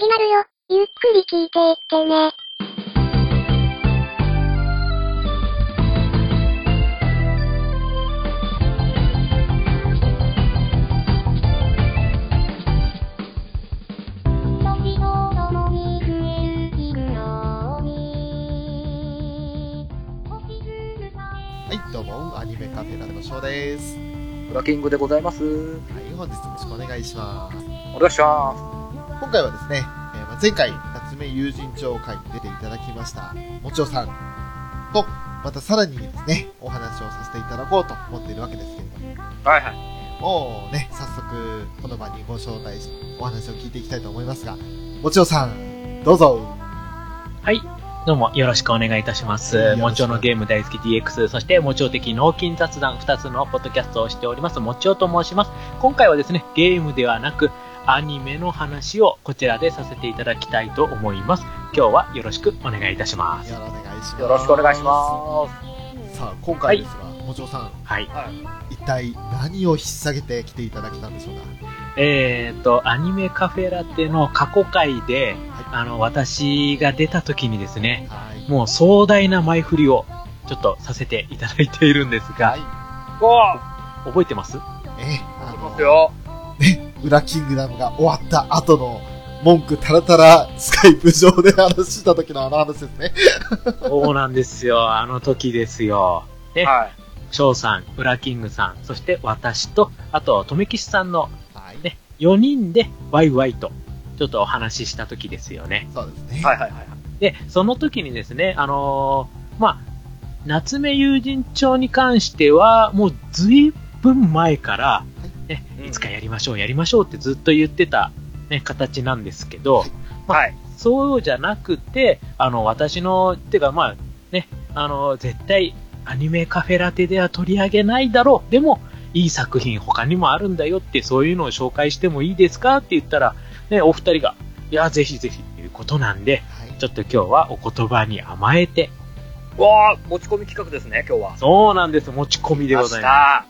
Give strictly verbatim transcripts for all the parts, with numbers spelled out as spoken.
始まるよ。ゆっくり聞いていってね。 はい、どうも、アニメカフェラテの翔です。 ブラキングでございます。はい、 本日もよろしくお願いします。 お願いします。今回はですね、えー、前回、夏目友人帳会に出ていただきました、もちおさんと、またさらにですね、お話をさせていただこうと思っているわけですけれども。 はいはい。 もうね、早速、この場にご招待し、お話を聞いていきたいと思いますが、もちおさん、どうぞ。 はい。どうもよろしくお願いいたします。もちおのゲーム大好き ディーエックス、そしてもちお的脳筋雑談ふたつのポッドキャストをしております、もちおと申します。今回はですね、ゲームではなく、アニメの話をこちらでさせていただきたいと思います。今日はよろしくお願いいたします。 よろしくお願いします。 よろしくお願いします。 さあ、今回ですが、はい、もちおさん。 はい。 一体何を引っ提げてきていただけたんでしょうか。 えーと、アニメカフェラテの過去回で、はい、あの、私が出た時にですね、はい、もう壮大な前振りをちょっとさせていただいているんですが、はい、覚えてます？ ええ、 覚えてますよ。 ね、裏キングダムが終わった後の文句タラタラスカイプ上で話した時のあの話ですね。 そうなんですよ、あの時ですよ。ね、はい、翔さん、裏キングさん、そして私と、あと、とめきしさんの、ね、よにんでワイワイとちょっとお話しした時ですよね。 そうですね。 はいはいはい。 で、その時にですね、あのー、まあ、夏目友人帳に関しては、もうずいぶん前から、ね、いつかやりましょう、やりましょうってずっと言ってた、ね、形なんですけど、まあ、はい、そうじゃなくて、あの、私の、てかまあ、ね、あの、絶対アニメカフェラテでは取り上げないだろう。でも、いい作品他にもあるんだよって、そういうのを紹介してもいいですかって言ったら、ね、お二人が、いや、ぜひぜひということなんで、はい、ちょっと今日はお言葉に甘えて。 わー、持ち込み企画ですね、今日は。 そうなんです、持ち込みでございます。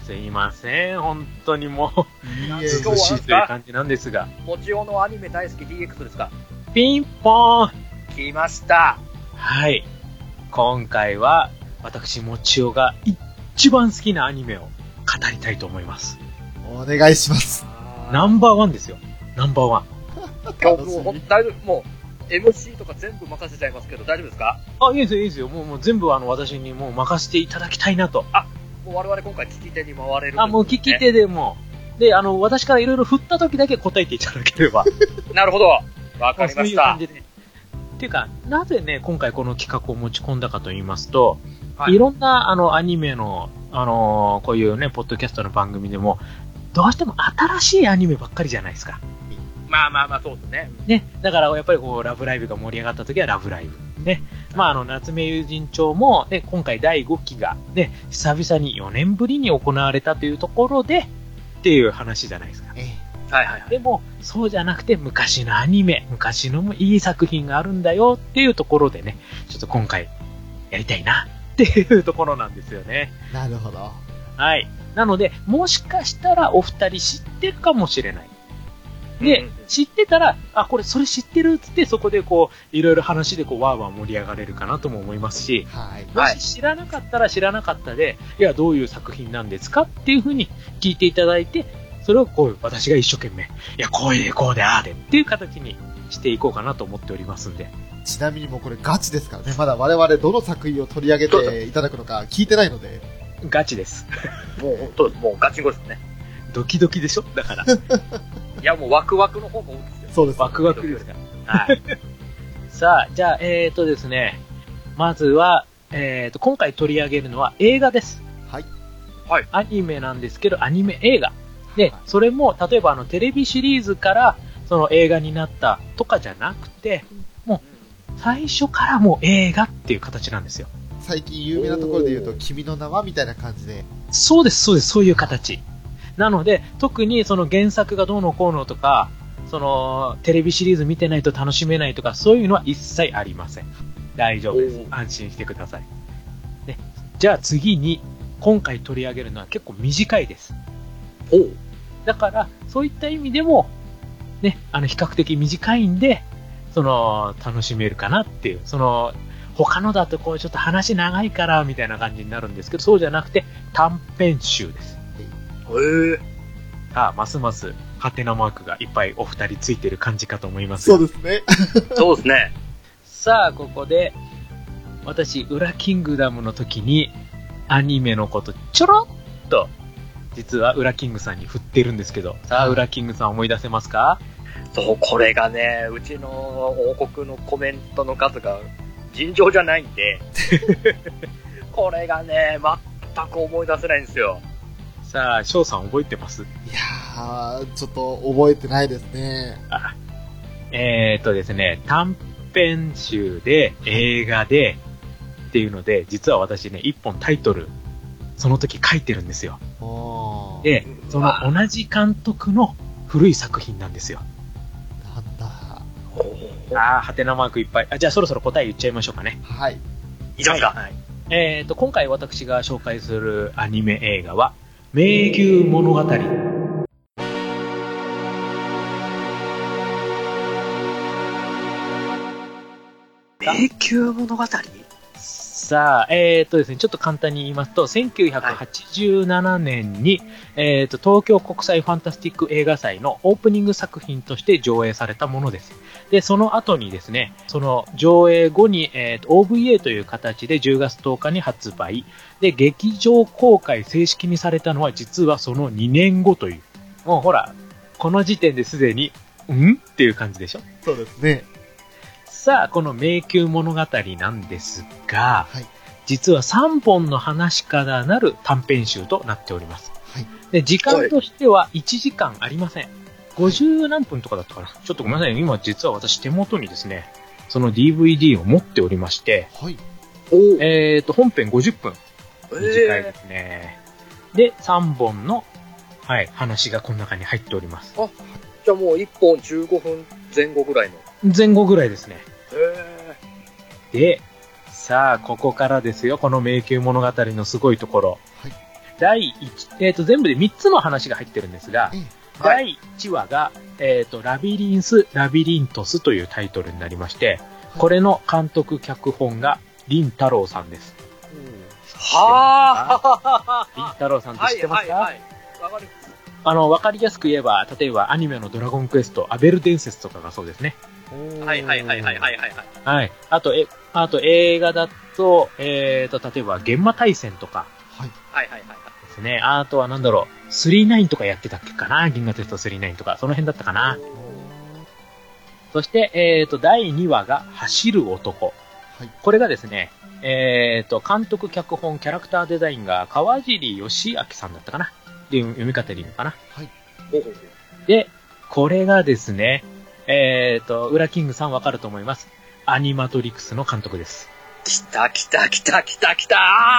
すいません、本当にもう、ずうしいという感じなんですが。 もちおのアニメ大好き ディーエックス ですか？ ピンポーン来ました。 はい。今回は、私、もちおが一番好きなアニメを語りたいと思います。 お願いします。 ナンバーワンですよ。ナンバーワン。 今日もう大丈夫、もう エムシー とか全部任せちゃいますけど大丈夫ですか？ あ、いいですよ、いいですよ。もう、もう全部あの私にもう任せていただきたいなと。 あ、もう我々今回聞き手に回れる、ね。 あ、もう聞き手でも。で、あの、私からいろいろ振った時だけ答えていただければ。 なるほど。わかりました。そういう感じで。 っていうか、なぜね、今回この企画を持ち込んだかと言いますと、はい、いろんなあのアニメの、あのー、こういうね、ポッドキャストの番組でも、どうしても新しいアニメばっかりじゃないですか。 まあまあまあ、そうですね。 ね。だからやっぱりこう、ラブライブが盛り上がった時はラブライブ。ね。まああの、夏目友人帳も、ね、今回だいごきが、ね、久々によねんぶりに行われたというところで、っていう話じゃないですか。 ええ、はいはいはい。 でも、そうじゃなくて、昔のアニメ、昔のいい作品があるんだよっていうところでね、ちょっと今回、やりたいなっていうところなんですよね。 なるほど。 はい。なので、もしかしたらお二人知ってるかもしれない。で、うん、知ってたら、あ、これそれ知ってるっつって、そこでこう、いろいろ話でこう、わーわー盛り上がれるかなとも思いますし、 はい、 もし知らなかったら知らなかったで、いや、どういう作品なんですかっていうふうに聞いていただいて、それをこう、私が一生懸命、いや、こうで、こうで、ああでっていう形にしていこうかなと思っておりますんで。 ちなみにもうこれガチですからね。まだ我々どの作品を取り上げていただくのか聞いてないので。 ガチです。 もう本当もうガチンコですね。 ドキドキでしょだから。いやもうワクワクの方が多いですよ。 そうです。 ワクワクですから。はい。さあ、じゃあ、えーとですね、まずは、えーと、今回取り上げるのは映画です。 はい。 はい。 アニメなんですけど、アニメ映画。で、それも、例えばあの、テレビシリーズから、その映画になったとかじゃなくて、もう、最初からもう映画っていう形なんですよ。 最近有名なところで言うと、君の名はみたいな感じで。 そうです、そうです、そういう形。なので、特にその原作がどうのこうのとか、その、テレビシリーズ見てないと楽しめないとか、そういうのは一切ありません。大丈夫です。安心してください。ね、じゃあ次に、今回取り上げるのは結構短いです。 おう。 だから、そういった意味でも、 ね、あの、比較的短いんで、その、楽しめるかなっていう、その、他のだとこうちょっと話長いからみたいな感じになるんですけど、そうじゃなくて短編集です。 へえ。 さあ、ますますハテナマークがいっぱいお二人ついてる感じかと思いますが。 そうですね。 そうですね。 さあ、ここで私、ウラキングダムの時にアニメのことちょろっと実はウラキングさんに振ってるんですけど、さあ、ウラキングさん思い出せますか？ そう、これがね、うちの王国のコメントの数が尋常じゃないんで、これがね、全く思い出せないんですよ。 さあ、翔さん覚えてます？ いやー、ちょっと覚えてないですね。 あえーっとですね、短編集で映画でっていうので、実は私ね、一本タイトル、その時書いてるんですよ。 おー。 で、その同じ監督の古い作品なんですよ。 なんだ。 あー、ハテナマークいっぱい。あ、じゃあそろそろ答え言っちゃいましょうかね。 はい。 いきますか。 はい。えーと、今回私が紹介するアニメ映画は、迷宮物語。 迷宮物語？ さあ、えーとですね、ちょっと簡単に言いますと、せんきゅうひゃくはちじゅうななねんに、えーと、東京国際ファンタスティック映画祭のオープニング作品として上映されたものです。で、その後にですね、その上映後に、えーと、オーブイエー という形でじゅうがつとおかに発売。で、劇場公開正式にされたのは実はそのにねんごという。もうほら、この時点ですでに、んっていう感じでしょ？ そうですね。 さあ、この迷宮物語なんですが、 はい。 実はさんぼんの話からなる短編集となっております。 はい。 で、時間としてはいちじかんありません。ごじゅう何分とかだったかな。ちょっとごめんなさい。今実は私手元にですね、その ディーブイディー を持っておりまして、 はい。 おー。 えーと、本編ごじゅっぷん。短いえですね。で、さんぼんの、はい、話がこの中に入っております。 ー、じゃあもういっぽんじゅうごふんぜん後ぐらいの。 前後ぐらいですね。 へで、さあ、ここからですよ。この迷宮物語のすごいところ。 はい。 だいいち、えっ、と、全部でみっつの話が入ってるんですが、 ええ。 はだいいちわが、えっ、と、ラビリンス・ラビリントスというタイトルになりまして、これの監督脚本が林太郎さんです。 はあ。 林太郎さんって知ってますか？ はいはいはい。わかります。 あの、わかりやすく言えば、例えばアニメのドラゴンクエスト、アベル伝説とかがそうですね。 はいはいはいはいはいはいはい。 はい。あと、え、あと映画だと、えっ、と、例えば、幻魔大戦とかはい。 はいはいはい。 ですね。あとはなんだろう、スリーナインとかやってたっけかな？銀河テストスリーナインとか、その辺だったかな。そして、えっ、と、だいにわが、走る男。 はい。 これがですね、えっ、と、監督、脚本、キャラクターデザインが川尻義明さんだったかなっていう読み方でいいのかな。 はい。 ほうほうで、これがですね、えっ、と、ウラキングさんわかると思います。アニマトリクスの監督です。 来た来た来た来た来た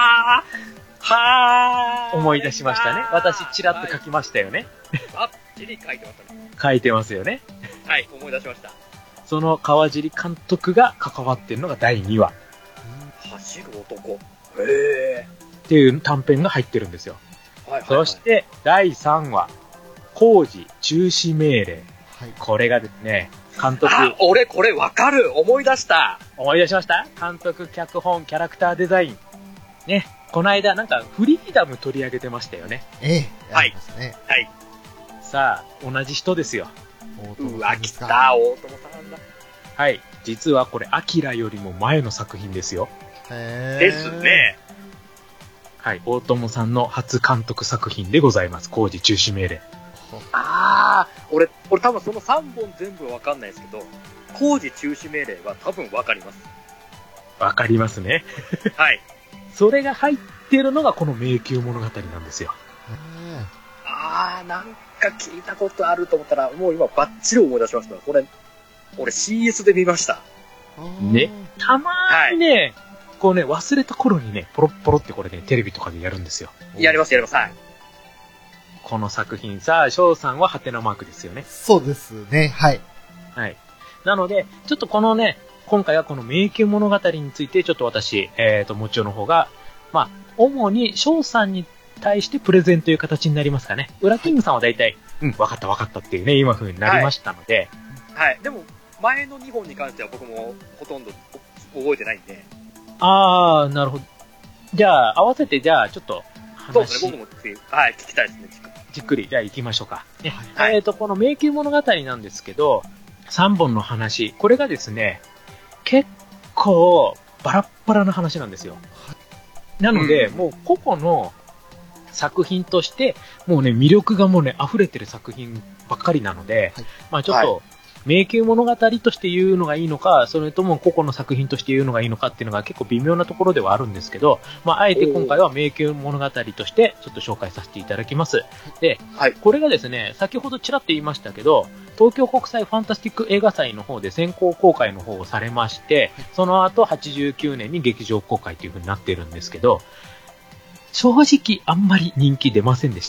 はー思い出しましたね。私、チラッと書きましたよね。 バッチリ書いてましたね。 書いてますよね。 はい、思い出しました。 その川尻監督が関わってるのがだいにわ走る男。へっていう短編が入ってるんですよ。 ー。はいはい、はい。 そして、だいさんわ、工事中止命令。 はい。 これがですね、監督、 あ、俺これわかる。思い出した。 思い出しました？監督、脚本、キャラクターデザイン。ね、この間なんかフリーダム取り上げてましたよね。 ええ。 はいやりましたね。 はい。 さあ、同じ人ですよ。 大友うわ、来さんですか。 た。大友さんだ。 はい。実はこれ、アキラよりも前の作品ですよ。 へーです。ね。 はい。大友さんの初監督作品でございます。工事中止命令。 あー、俺、俺多分そのさんぼん全部わかんないですけど、工事中止命令は多分わかります。 わかりますね。 はい。 それが入ってるのがこの迷宮物語なんですよ。 へあー、なんか聞いたことあると思ったら、もう今バッチリ思い出しました。これ、俺 シーエス で見ました。 ーね。たまーにね、こうね、忘れた頃にね、ポロッポロってこれね、テレビとかでやるんですよ。 やりますやります。はい。 この作品さあ、翔さんはハテナマークですよね。 そうですね。はい。 はい。なので、ちょっとこのね、今回はこの迷宮物語について、ちょっと私、えっ、と、もちおの方が、まあ、主に翔さんに対してプレゼンという形になりますかね。ウラキングさんは大体、 うん、わかったわかったっていうね、今風になりましたので。 はい。はい、でも、前のにほんに関しては僕もほとんど覚えてないんで。 あー、なるほど。じゃあ、合わせて、じゃあ、ちょっと話、 そうですね、僕も、はい、聞きたいですね、 じっくり、じゃあ行きましょうか。ね。 はい、 えっと、この迷宮物語なんですけど、さんぼんの話、これがですね、結構、バラッバラな話なんですよ。なので、うん、もう個々の作品として、もうね、魅力がもうね、溢れてる作品ばっかりなので、はい、まあちょっと、はい、迷宮物語として言うのがいいのか、それとも個々の作品として言うのがいいのかっていうのが結構微妙なところではあるんですけど、まああえて今回は迷宮物語としてちょっと紹介させていただきます。で、はい、これがですね、先ほどちらっと言いましたけど、東京国際ファンタスティック映画祭の方で先行公開の方をされまして、その後はちじゅうきゅうねんに劇場公開という風になってるんですけど、正直あんまり人気出ませんでした。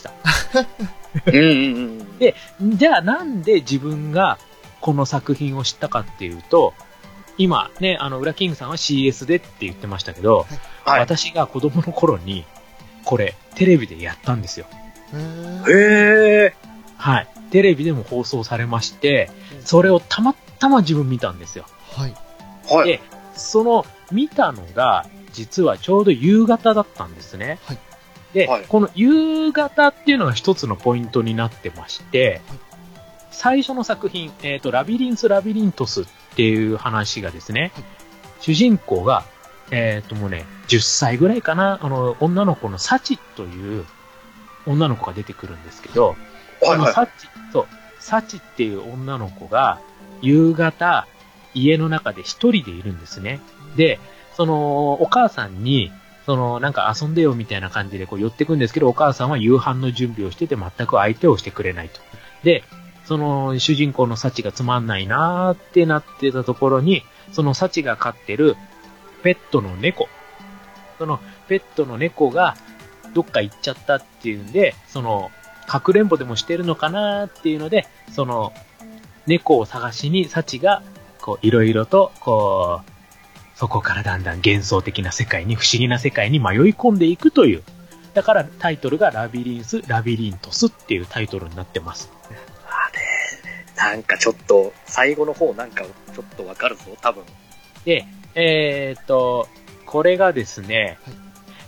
で、じゃあなんで自分がこの作品を知ったかっていうと、今ね、あの、ウラキングさんは シーエス でって言ってましたけど、はい、私が子供の頃に、これ、テレビでやったんですよ。 へー。 はい。テレビでも放送されまして、それをたまたま自分見たんですよ。 はい。 はい。 で、その、見たのが、実はちょうど夕方だったんですね。 はい。 で、はい、この夕方っていうのが一つのポイントになってまして、はい、最初の作品、えっと、ラビリンス・ラビリントスっていう話がですね、はい、主人公が、えっともうね、じゅっさいぐらいかな、あの、女の子のサチという女の子が出てくるんですけど、 はいはい、 サチ、そう、サチっていう女の子が、夕方、家の中で一人でいるんですね。で、その、お母さんに、その、なんか遊んでよみたいな感じでこう寄ってくんですけど、お母さんは夕飯の準備をしてて全く相手をしてくれないと。で、その主人公のサチがつまんないなーってなってたところに、そのサチが飼ってるペットの猫。そのペットの猫がどっか行っちゃったっていうんで、その、かくれんぼでもしてるのかなーっていうので、その、猫を探しにサチが、こう、いろいろと、こう、そこからだんだん幻想的な世界に、不思議な世界に迷い込んでいくという。だからタイトルがラビリンス・ラビリントスっていうタイトルになってます。 あれ、なんかちょっと、最後の方なんかちょっとわかるぞ、多分。 で、えー、っと、これがですね、はい、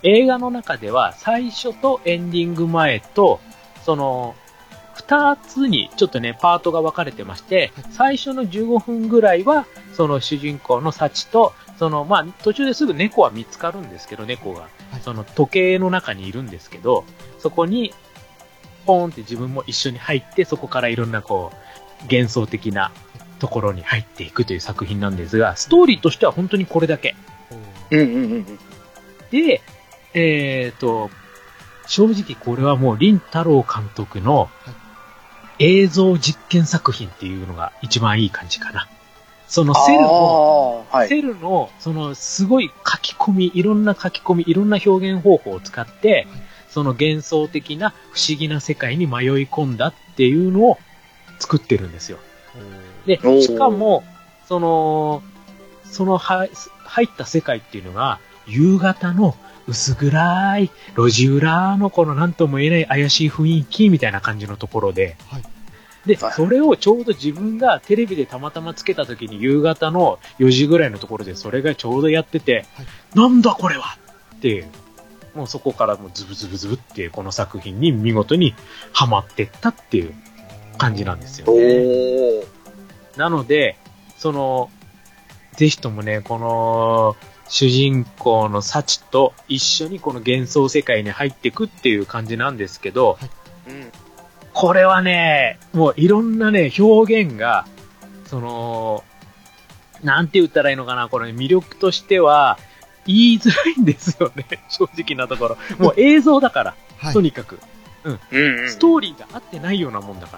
映画の中では最初とエンディング前と、その、二つにちょっとね、パートが分かれてまして、はい、最初のじゅうごふんぐらいは、その主人公のサチと、その、まあ、途中ですぐ猫は見つかるんですけど、猫が。はい、その時計の中にいるんですけど、そこに、ポーンって自分も一緒に入って、そこからいろんなこう、幻想的なところに入っていくという作品なんですが、ストーリーとしては本当にこれだけ。 うんうんうん、 で、えっと、正直これはもう林太郎監督の映像実験作品っていうのが一番いい感じかな。そのセルの、はい、セルの、そのすごい書き込み、いろんな書き込み、いろんな表現方法を使って、はい、その幻想的な不思議な世界に迷い込んだっていうのを作ってるんですよ。で、しかも、その、そのは入った世界っていうのが、夕方の薄暗い路地裏のこの何とも言えない怪しい雰囲気みたいな感じのところで、はい、で、それをちょうど自分がテレビでたまたまつけた時に夕方のよじぐらいのところでそれがちょうどやってて、はい、なんだこれはっていう、もうそこからもうズブズブズブっていうこの作品に見事にハマってったっていう感じなんですよね。なので、その、ぜひともね、この、主人公のサチと一緒にこの幻想世界に入っていくっていう感じなんですけど、はい、うん、これはね、もういろんなね、表現が、その、なんて言ったらいいのかな、これ魅力としては、言いづらいんですよね、正直なところ。もう映像だから、はい、とにかく、うん、うんうん。ストーリーが合ってないようなもんだから。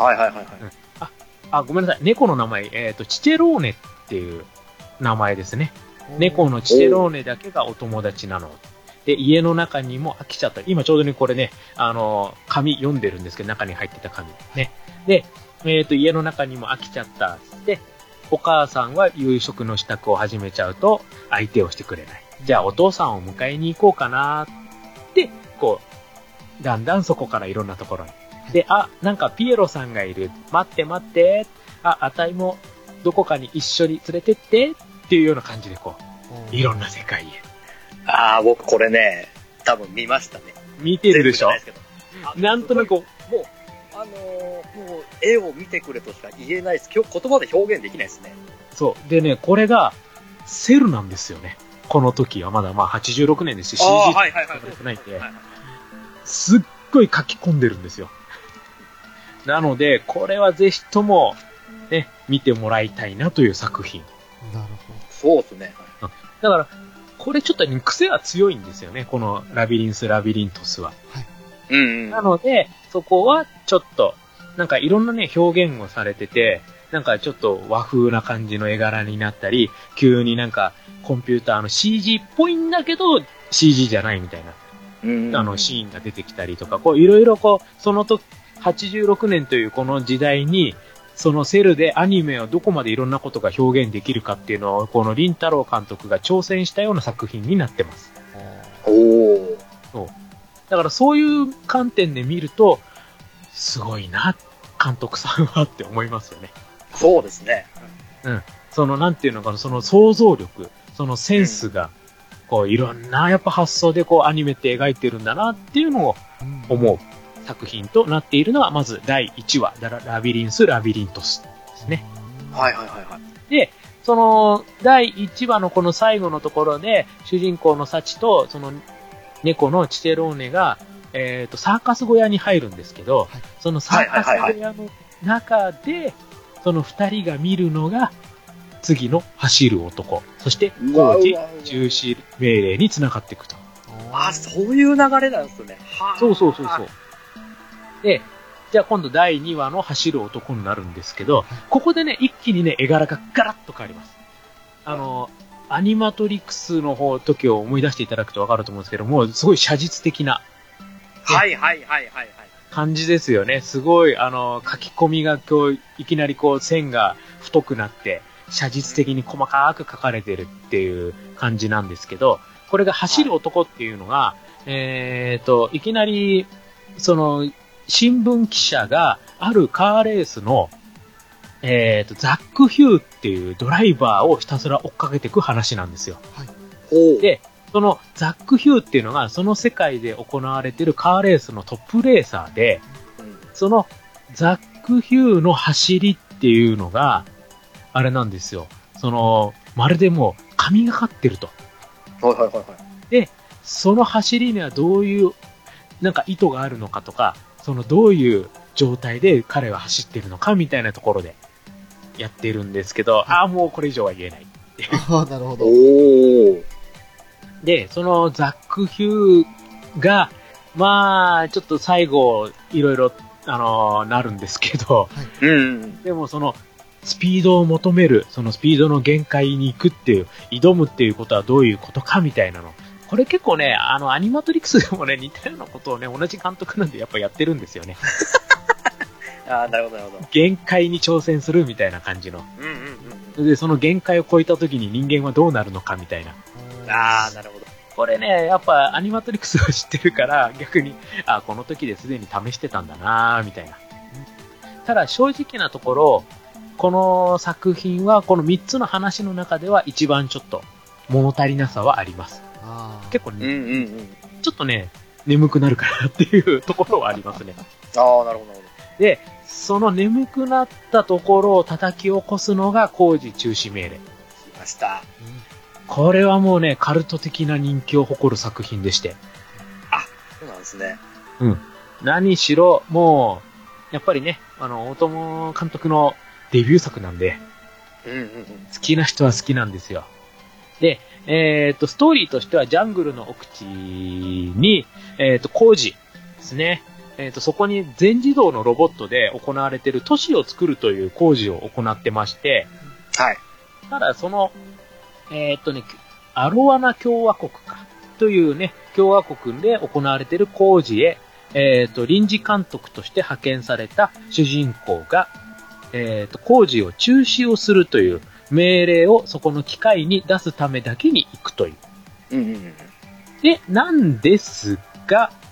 はいはいはいはい。 うん、あ、あ、ごめんなさい、猫の名前、えっと、チチェローネっていう名前ですね。猫のチチェローネだけがお友達なの。で、家の中にも飽きちゃった。今ちょうどね、これね、あの、紙読んでるんですけど、中に入ってた紙。ね。で、えっと、家の中にも飽きちゃった。で、お母さんは夕食の支度を始めちゃうと、相手をしてくれない。じゃあ、お父さんを迎えに行こうかなって、こう、だんだんそこからいろんなところにで、あ、なんかピエロさんがいる。待って待って。あ、あたいもどこかに一緒に連れてってっていうような感じでこう、いろんな世界へ。 ああ、僕これね、多分見ましたね。 見てるでしょ？なんとなく、もう、 あのー、もう絵を見てくれとしか言えないです。今日言葉で表現できないですね。 そう。でね、これがセルなんですよね。この時はまだまあはちじゅうろくねんですし、シージー とかされてないんで、すっごい書き込んでるんですよ。なので、これはぜひとも、ね、見てもらいたいなという作品。 なるほそうですね。 だから、これちょっと、ね、癖は強いんですよね。このラビリンス・ラビリントスは。 はい。 うん、うん。 なので、そこはちょっと、なんかいろんなね、表現をされてて、なんかちょっと和風な感じの絵柄になったり、急になんかコンピューターの シージー っぽいんだけど、シージー じゃないみたいな、 うんうん、 あのシーンが出てきたりとか、こういろいろこう、その時、はちじゅうろくねんというこの時代に、そのセルでアニメをどこまでいろんなことが表現できるかっていうのを、この林太郎監督が挑戦したような作品になってます。 おー。 そう。だからそういう観点で見ると、すごいな、監督さんはって思いますよね。 そうですね。 うん。その、なんていうのかな、その想像力、そのセンスが、こう、いろんな、やっぱ発想でこう、アニメって描いてるんだなっていうのを思う作品となっているのは、まずだいいちわ、ラ, ラビリンス・ラビリントスですね。 はいはいはいはい。 で、その、だいいちわのこの最後のところで、主人公のサチと、その、猫のチテローネが、えっと、サーカス小屋に入るんですけど、はい、そのサーカス小屋の中で、その二人が見るのが、次の走る男、そして工事中止命令に繋がっていくと。 あ、そういう流れなんですね。はそうそうそうそう。で、じゃあ今度だいにわの走る男になるんですけど、ここでね、一気にね、絵柄がガラッと変わります。あの、アニマトリクスの方、時を思い出していただくとわかると思うんですけども、すごい写実的な。 はいはいはいはいはい。 感じですよね。すごい、あの、書き込みが今日、いきなりこう、線が太くなって、写実的に細かく書かれてるっていう感じなんですけど、これが走る男っていうのが、はい、えーと、いきなり、その、新聞記者があるカーレースの、えーと、ザック・ヒューっていうドライバーをひたすら追っかけていく話なんですよ。はい、で、そのザック・ヒューっていうのが、その世界で行われているカーレースのトップレーサーで、そのザック・ヒューの走りっていうのが、あれなんですよ。その、まるでもう神がかってると。 はいはいはいはい。 で、その走りにはどういう、なんか意図があるのかとか、そのどういう状態で彼は走ってるのかみたいなところでやってるんですけど、ああ、もうこれ以上は言えない。 ああ、なるほど。 おー。 で、そのザック・ヒューが、まあ、ちょっと最後、いろいろ、あのー、なるんですけど、 はい、うん。 でもその、スピードを求める、そのスピードの限界に行くっていう、挑むっていうことはどういうことかみたいなの。これ結構ね、あの、アニマトリクスでもね、似たようなことをね、同じ監督なんでやっぱやってるんですよね。 ああ、なるほどなるほど。 限界に挑戦するみたいな感じの。 うんうんうん。 で、その限界を超えた時に人間はどうなるのかみたいな。 ああ、なるほど。 これね、やっぱアニマトリクスを知ってるから、逆に、あ、この時ですでに試してたんだなーみたいな。ただ正直なところ、この作品はこのみっつの話の中では一番ちょっと物足りなさはあります。 あ結構ね、 うんうんうん、 ちょっとね、眠くなるかなっていうところはありますね。 ああ、なるほどなるほど。 で、その眠くなったところを叩き起こすのが工事中止命令。 来ました。 これはもうね、カルト的な人気を誇る作品でして。 あ、そうなんですね。 うん。何しろ、もう、やっぱりね、あの、大友監督のデビュー作なんで、 うんうんうん、 好きな人は好きなんですよ。で、えっと、ストーリーとしては、ジャングルの奥地に、えっと、工事ですね。えっと、そこに全自動のロボットで行われている都市を作るという工事を行ってまして、 はい。 ただ、その、えっとね、アロワナ共和国か、というね、共和国で行われている工事へ、えっと、臨時監督として派遣された主人公が、えっと、工事を中止をするという命令をそこの機械に出すためだけに行くという。 うんうんうん、 で、なんですが、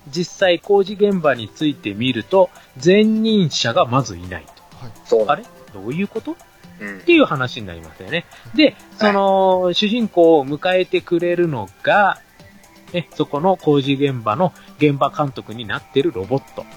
実際工事現場についてみると、前任者がまずいないと。 はい。 そう。 あれどういうこと、 うん、 っていう話になりますよね。で、その、はい、主人公を迎えてくれるのが、ね、そこの工事現場の現場監督になっているロボット。 はい。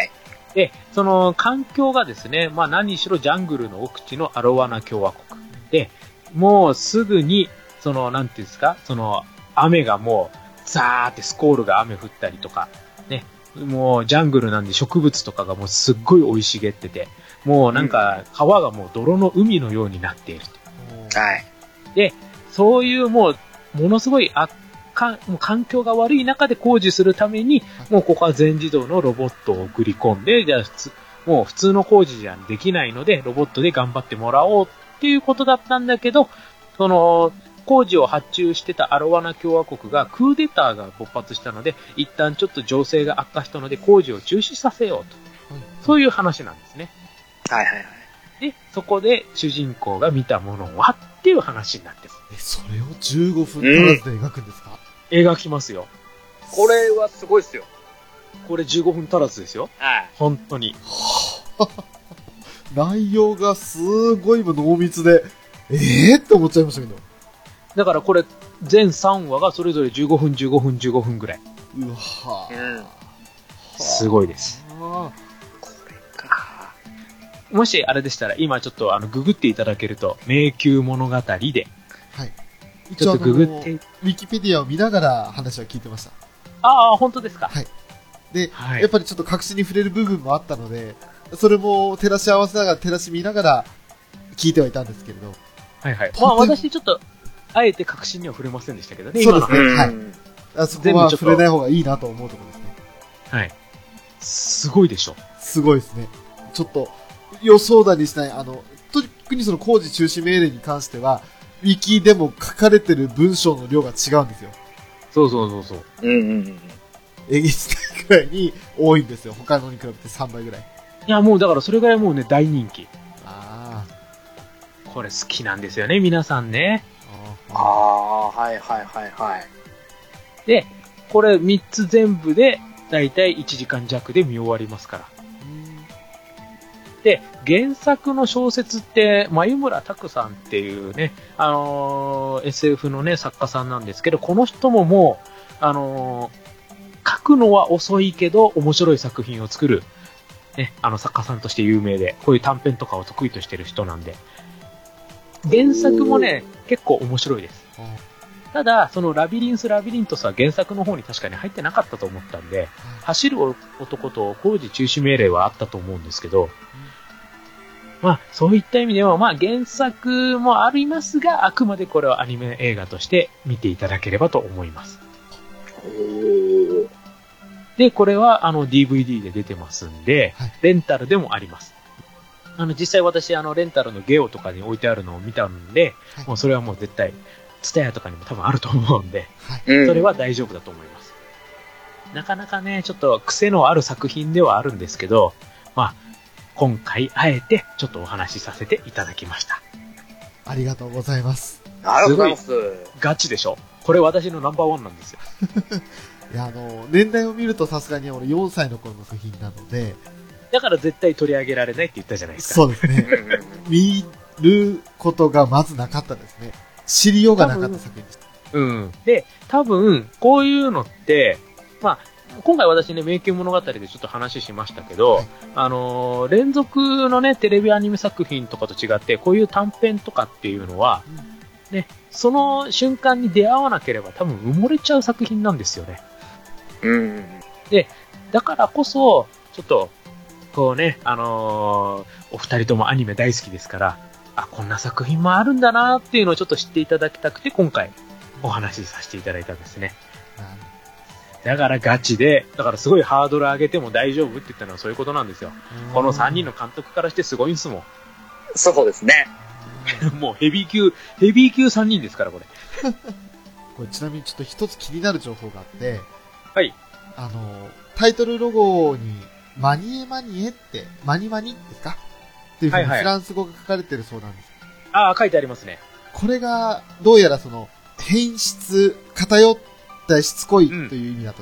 で、その環境がですね、まあ何しろジャングルの奥地のアロワナ共和国。で、もうすぐに、その、なんていうんですか、その、雨がもう、ザーってスコールが雨降ったりとか、ね、もうジャングルなんで植物とかがもうすっごい生い茂ってて、もうなんか川がもう泥の海のようになっていると。 はい。 で、そういうもう、ものすごい悪かもう環境が悪い中で工事するために、もうここは全自動のロボットを送り込んで、じゃあ普通、もう普通の工事じゃできないので、ロボットで頑張ってもらおうっていうことだったんだけど、その、工事を発注してたアロワナ共和国がクーデターが勃発したので、一旦ちょっと情勢が悪化したので工事を中止させようと。はい、そういう話なんですね。 はいはいはい。 で、そこで主人公が見たものはっていう話になってます。 え、それをじゅうごふん足らずで描くんですか？ うん、描きますよ。 これはすごいっすよ。 これじゅうごふん足らずですよ。 はい。 本当に。 内容がすごい濃密で、えーって思っちゃいましたけど。 だからこれ、全さんわがそれぞれじゅうごふん、じゅうごふん、じゅうごふんぐらい。 うわぁ、うん。 すごいです。 これか。 もしあれでしたら、今ちょっとあのググっていただけると、迷宮物語で、はい。ちょっとググって。 ウィキペディアを見ながら話は聞いてました。 ああ、本当ですか。 はい。で、 はい、 やっぱりちょっと確信に触れる部分もあったので、それも照らし合わせながら、照らし見ながら聞いてはいたんですけれど。 はいはい。まあ私ちょっと、あえて確信には触れませんでしたけどね。 そうですね。はい。あそこは触れない方がいいなと思うところですね。 はい。すごいでしょ。 すごいですね。ちょっと予想だにしない、あの、特にその工事中止命令に関しては、ウィキでも書かれてる文章の量が違うんですよ。 そうそうそうそう。 うんうんうん。 えげつないくらいに多いんですよ。他のに比べてさんばいぐらい。 いやもうだからそれぐらいもうね、大人気。 ああ。これ好きなんですよね、皆さんね。 ああ、はいはいはいはい。 で、これみっつ全部で、だいたいいちじかん弱で見終わりますから。で、原作の小説って、眉村拓さんっていうね、あのー、エスエフ のね、作家さんなんですけど、この人ももう、あのー、書くのは遅いけど、面白い作品を作る、ね、あの作家さんとして有名で、こういう短編とかを得意としてる人なんで、原作もね、結構面白いです。ただ、そのラビリンス・ラビリントスは原作の方に確かに入ってなかったと思ったんで、走る男と工事中止命令はあったと思うんですけど、まあ、そういった意味では、まあ、原作もありますが、あくまでこれはアニメ映画として見ていただければと思います。で、これは、あの、ディーブイディー で出てますんで、レンタルでもあります。あの、実際私、あの、レンタルのゲオとかに置いてあるのを見たんで、はい、もうそれはもう絶対、ツタヤとかにも多分あると思うんで、はい、それは大丈夫だと思います。なかなかね、ちょっと癖のある作品ではあるんですけど、まあ、今回、あえて、ちょっとお話しさせていただきました。 ありがとうございます。 ありがとうございます。 ガチでしょ。これ私のナンバーワンなんですよ。 いや、あの、年代を見るとさすがに俺よんさいの頃の作品なので、 だから絶対取り上げられないって言ったじゃないですか。 そうですね。見ることがまずなかったですね。知りようがなかった作品でした。 うん。で、多分、こういうのって、まあ、今回私ね、迷宮物語でちょっと話しましたけど、はい、あのー、連続のね、テレビアニメ作品とかと違って、こういう短編とかっていうのは、うん、ね、その瞬間に出会わなければ多分埋もれちゃう作品なんですよね。 うん。 で、だからこそ、ちょっと、こうね、あのー、お二人ともアニメ大好きですから、あ、こんな作品もあるんだなっていうのをちょっと知っていただきたくて、今回お話しさせていただいたんですね。だからガチで、だからすごいハードル上げても大丈夫って言ったのはそういうことなんですよ。このさんにんの監督からしてすごいんですもん。 そうですね。 もうヘビー級、ヘビー級さんにんですから、これ。 これちなみにちょっと一つ気になる情報があって、 はい。 あの、タイトルロゴに、マニエマニエって、マニマニですかっていうふうにフランス語が書かれてるそうなんです。 はいはい、ああ、書いてありますね。 これが、どうやらその、変質、偏ったしつこいという意味だとか、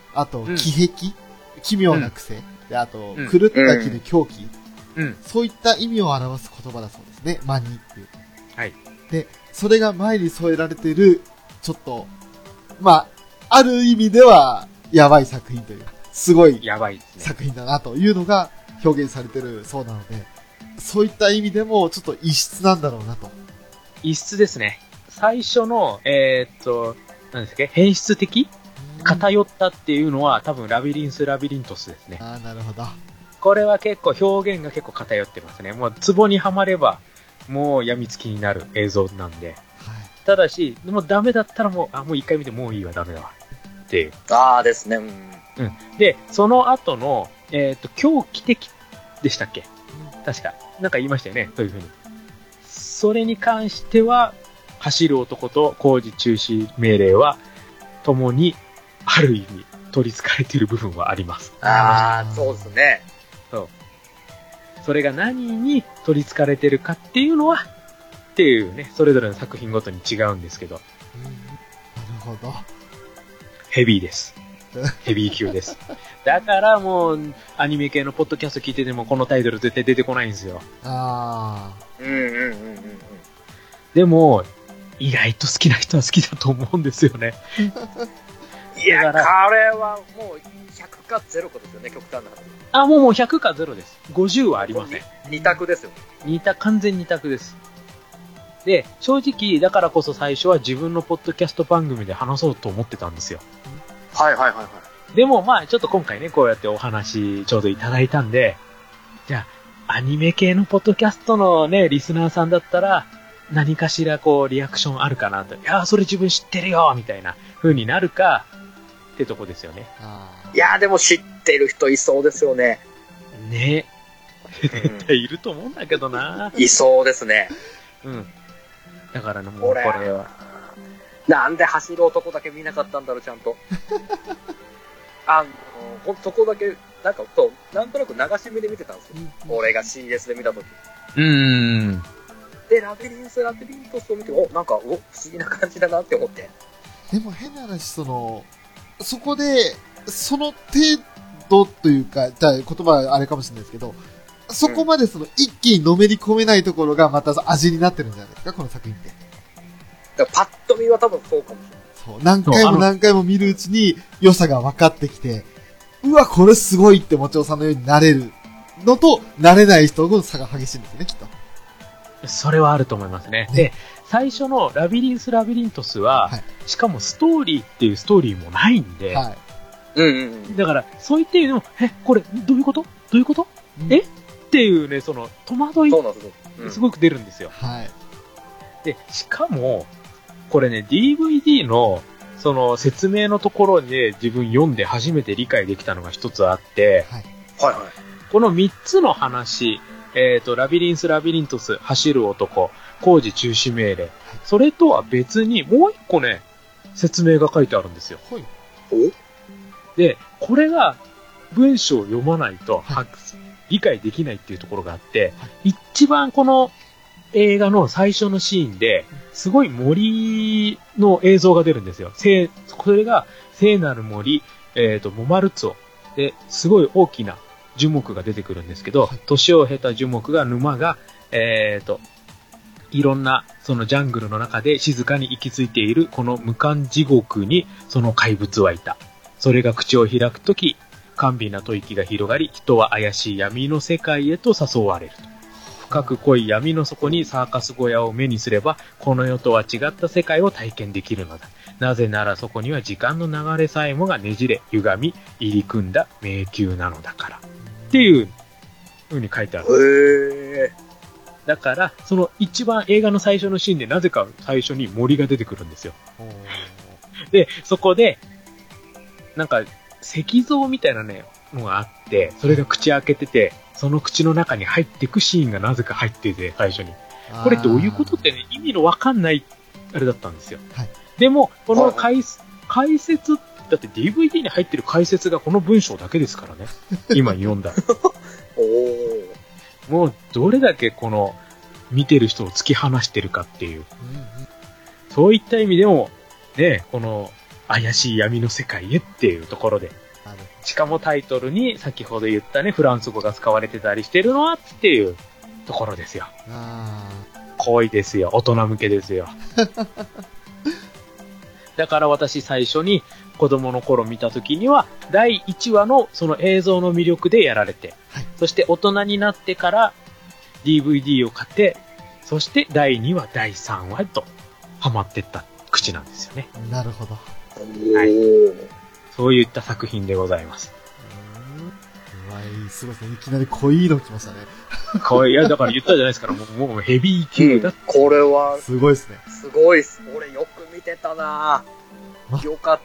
あと、 うん気癖、奇妙な癖、であと、 うん狂った気の狂気、 うん。 そういった意味を表す言葉だそうですね。マニっていう。 はい。 で、それが前に添えられている、ちょっと、まあ、ある意味では、やばい作品というか、すごいやばいですね。 作品だなというのが表現されてるそうなので、そういった意味でもちょっと異質なんだろうなと。 異質ですね。最初の、えーっと、何ですか、変質的偏ったっていうのは多分ラビリンス・ラビリントスですね。 ああ、なるほど。はこれは結構表現が結構偏ってますね。もうツボにはまれば、もう病みつきになる映像なんで。ただし、もうダメだったらもう、あ、もう一回見てもういいわ、ダメだわ。っていう。 ああですね。うん。 うん。で、その後の、えーっと、狂気的でしたっけ確か。なんか言いましたよね、そういう風に。それに関しては、走る男と工事中止命令は、共に、ある意味、取り憑かれている部分はあります。 ああ、そうですね。 それが何に取り憑かれてるかっていうのは、っていうね、それぞれの作品ごとに違うんですけど、 うんなるほど。 ヘビーです。ヘビー級です。だからもう、アニメ系のポッドキャスト聞いててもこのタイトル絶対出てこないんですよ。 あうんうんうんうんうん。 でも、意外と好きな人は好きだと思うんですよね。 いや、こだかられはもうひゃくかゼロかですよね、極端な話。 あ、もうもうひゃくかゼロです。ごじゅうはありません。 二択ですよね。 似た、完全二択です。で、正直、だからこそ最初は自分のポッドキャスト番組で話そうと思ってたんですよ。 はいはいはいはい。 でもまあちょっと今回ね、こうやってお話ちょうどいただいたんで、じゃあ、アニメ系のポッドキャストのね、リスナーさんだったら、何かしらこうリアクションあるかなと。いやー、それ自分知ってるよみたいな風になるか、ってとこですよね。 あ。あいやーでも知ってる人いそうですよね。 ね。 うん絶対いると思うんだけどな。 いそうですね。 うん。だからね、もうここれれは。 なんで走る男だけ見なかったんだろう、ちゃんと。あの、ほんとそこだけ、なんか、そう、なんとなく流し目で見てたんですよ。俺が シーエス で見たとき。 うーん。 で、ラビリンス、ラビリントスを見て、お、なんか、お、不思議な感じだなって思って。 でも変な話、その、そこで、その程度というか、じゃあ言葉はあれかもしれないですけど、そこまでその一気にのめり込めないところがまた味になってるんじゃないですか、この作品って。 だからパッと見は多分そうかもしれない。 そう、何回も何回も見るうちに良さが分かってきて、うわ、これすごいってもちおさんのようになれるのと、なれない人の差が激しいんですよね、きっと。 それはあると思いますね。で、最初のラビリンス・ラビリントスは、 はいしかもストーリーっていうストーリーもないんで、 はい。 うんうんうん。 だから、そういった意味でも、え、これ、どういうことどういうことうんえっていうね、その、戸惑いそうなんですよ。うんすごく出るんですよ。 はい。 で、しかも、これね、ディーブイディー の、その、説明のところで自分読んで初めて理解できたのが一つあって、 はい。 はいはい。 この三つの話、えっ、と、ラビリンス・ラビリントス、走る男、工事中止命令、それとは別にもう一個ね、説明が書いてあるんですよ。 はい。 で、これが文章を読まないと、 はいは理解できないっていうところがあって、一番この映画の最初のシーンで、すごい森の映像が出るんですよ。聖それが聖なる森、えっ、と、モマルツォ。で、すごい大きな樹木が出てくるんですけど、 はい年を経た樹木が、沼が、えっ、と、いろんな、そのジャングルの中で静かに行き着いている、この無間地獄に、その怪物はいた。それが口を開くとき、甘美な吐息が広がり、人は怪しい闇の世界へと誘われる。深く濃い闇の底にサーカス小屋を目にすれば、この世とは違った世界を体験できるのだ。なぜならそこには時間の流れさえもがねじれ、歪み、入り組んだ迷宮なのだから。っていう風に書いてある。 へだから、その一番映画の最初のシーンでなぜか最初に森が出てくるんですよ。 おーで、そこで、なんか石像みたいなね、のがあって、それが口開けてて、その口の中に入っていくシーンがなぜか入ってて、最初に。これどういうことってね、意味のわかんない、あれだったんですよ。 はいでも、この解解説、だって ディーブイディー に入ってる解説がこの文章だけですからね。今読んだ。 おー。 もう、どれだけこの、見てる人を突き放してるかっていう。 うんうんそういった意味でも、ね、この、 怪しい闇の世界へっていうところで。しかもタイトルに先ほど言ったね、フランス語が使われてたりしてるのはっていうところですよ。 あ恋ですよ。大人向けですよ。だから私最初に子供の頃見た時にはだいいちわのその映像の魅力でやられて、 はい、 そして大人になってから ディーブイディー を買って、そしてだいにわ、だいさんわとハマってった口なんですよね。 なるほど。 はい。そういった作品でございます。 うわい、すごいですね。いきなり濃いの来ましたね。 濃い、いや、だから言ったじゃないですから、もう、もうヘビー級だって、 うん。これは、 すごいですね。 すごいっす。俺よく見てたなぁ。よかった。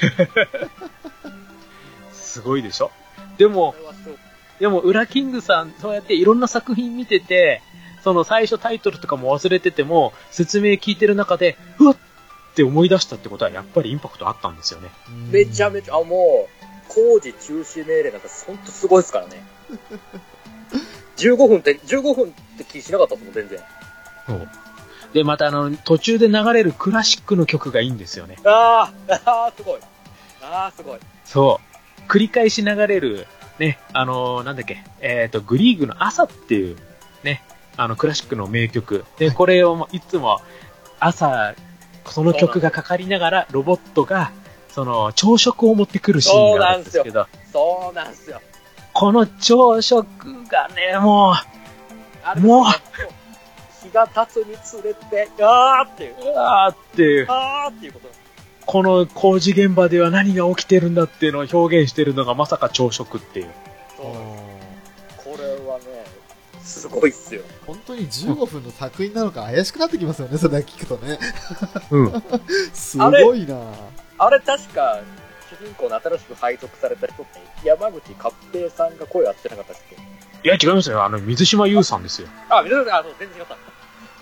すごいでしょ？でも、でも、ウラキングさん、そうやっていろんな作品見てて、その最初タイトルとかも忘れてても、説明聞いてる中で、うわっって思い出したってことは、やっぱりインパクトあったんですよね。 めちゃめちゃ、あ、もう、工事中止命令なんかほんとすごいですからね。じゅうごふんって、じゅうごふんって気しなかったですもん、全然。 そう。で、またあの、途中で流れるクラシックの曲がいいんですよね。 あー、あー、すごい。あー、すごい。 そう。繰り返し流れる、ね、あのー、なんだっけ、えっと、グリーグの朝っていう、ね、あの、クラシックの名曲。で、これをいつも朝、その曲がかかりながら、ロボットが、その、朝食を持ってくるシーンがあるんですけど。 そうなんですよ。 この朝食がね、もう、 あれもう、 日が経つにつれて、あーっていう。 あーっていう。 あーっていうこと。 この工事現場では何が起きてるんだっていうのを表現してるのがまさか朝食っていう。 そう。これはね、すごいっすよ。 本当にじゅうごふんの作品なのか怪しくなってきますよね、それだけ聞くとね。 うん。 すごいなぁ。 あれ確か、主人公の新しく配属された人って山口勝平さんが声を当ててなかったっけ？ いや、違いますよ。あの、水島優さんですよ。 あ、水島さん、あ、そう、全然違った。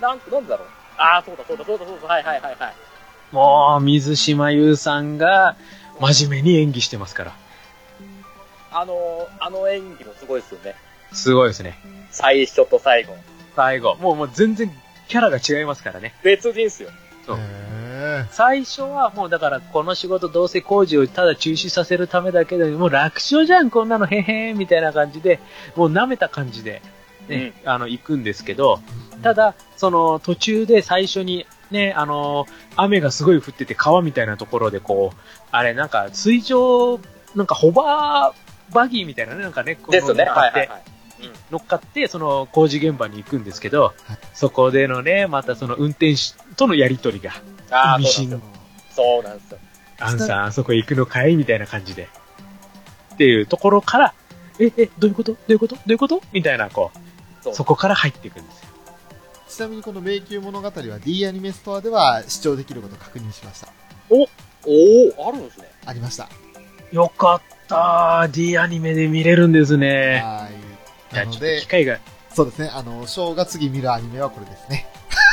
なん、なんでだろう。あ、そうだ、そうだ、そうだ、そうだ、はいはいはいはい。 もう、水島優さんが真面目に演技してますから。 あの、あの演技もすごいですよね。 すごいですね。 最初と最後。 最後。もう、もう全然キャラが違いますからね。 別人っすよ。 そう。最初はもうだからこの仕事どうせ工事をただ中止させるためだけでもう楽勝じゃんこんなのへへーみたいな感じでもう舐めた感じでね、うん、あの行くんですけど、ただその途中で最初にねあの雨がすごい降ってて川みたいなところでこうあれなんか水上なんかホバーバギーみたいなねなんかねこうですね乗っかって、はいはいはい、乗っかってその工事現場に行くんですけど、はい、そこでのねまたその運転手とのやり取りがああ、そうなんですよ。 アンさん、あそこ行くのかいみたいな感じで。っていうところから、え、え、どういうことどういうことどういうことみたいな、こう、そ, そこから入っていくんですよ。 ちなみにこの迷宮物語は D アニメストアでは視聴できることを確認しました。 おおー、あるんですね。 ありました。 よかったー。D アニメで見れるんですね。 はい。なので、 機会が。 そうですね。あの、ショーが次見るアニメはこれですね。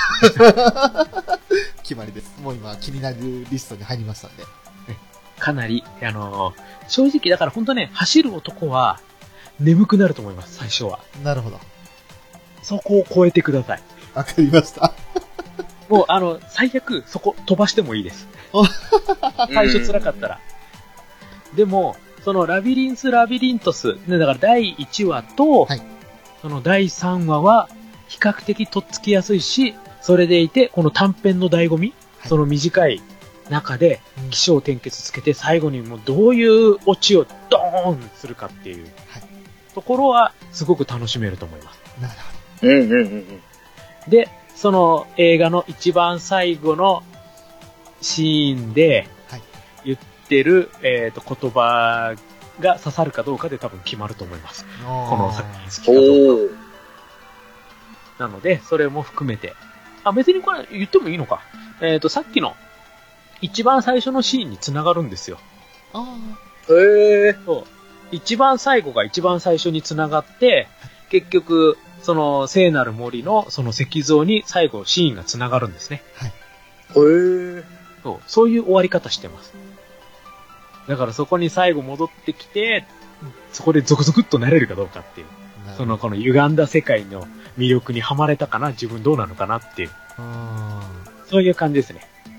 決まりです。もう今気になるリストに入りましたんで。 かなり、あのー、正直だから本当ね、走る男は眠くなると思います、最初は。 なるほど。 そこを超えてください。 わかりました。 もう、あの、最悪そこ飛ばしてもいいです。最初辛かったら。でも、そのラビリンス・ラビリントス、ね、だからだいいちわと、はい、そのだいさんわは比較的とっつきやすいし、それでいて、この短編の醍醐味、はい、その短い中で、起承転結つけて、最後にもうどういうオチをドーンするかっていう、はい、ところは、すごく楽しめると思います。 なるほど。うんうんうんうん。 で、その映画の一番最後のシーンで、言ってる、はい、えっと、言葉が刺さるかどうかで多分決まると思います。この作品好きかどうか。なので、それも含めて、あ、別にこれ言ってもいいのか。えっと、さっきの一番最初のシーンに繋がるんですよ。 ああ。へえ。 そう。一番最後が一番最初に繋がって、結局、その聖なる森のその石像に最後シーンが繋がるんですね。 はい。 へえ。 そう。そういう終わり方してます。だからそこに最後戻ってきて、そこでゾクゾクっとなれるかどうかっていう。そのこの歪んだ世界の魅力にはまれたかな、自分どうなのかなっていう。そういう感じですね。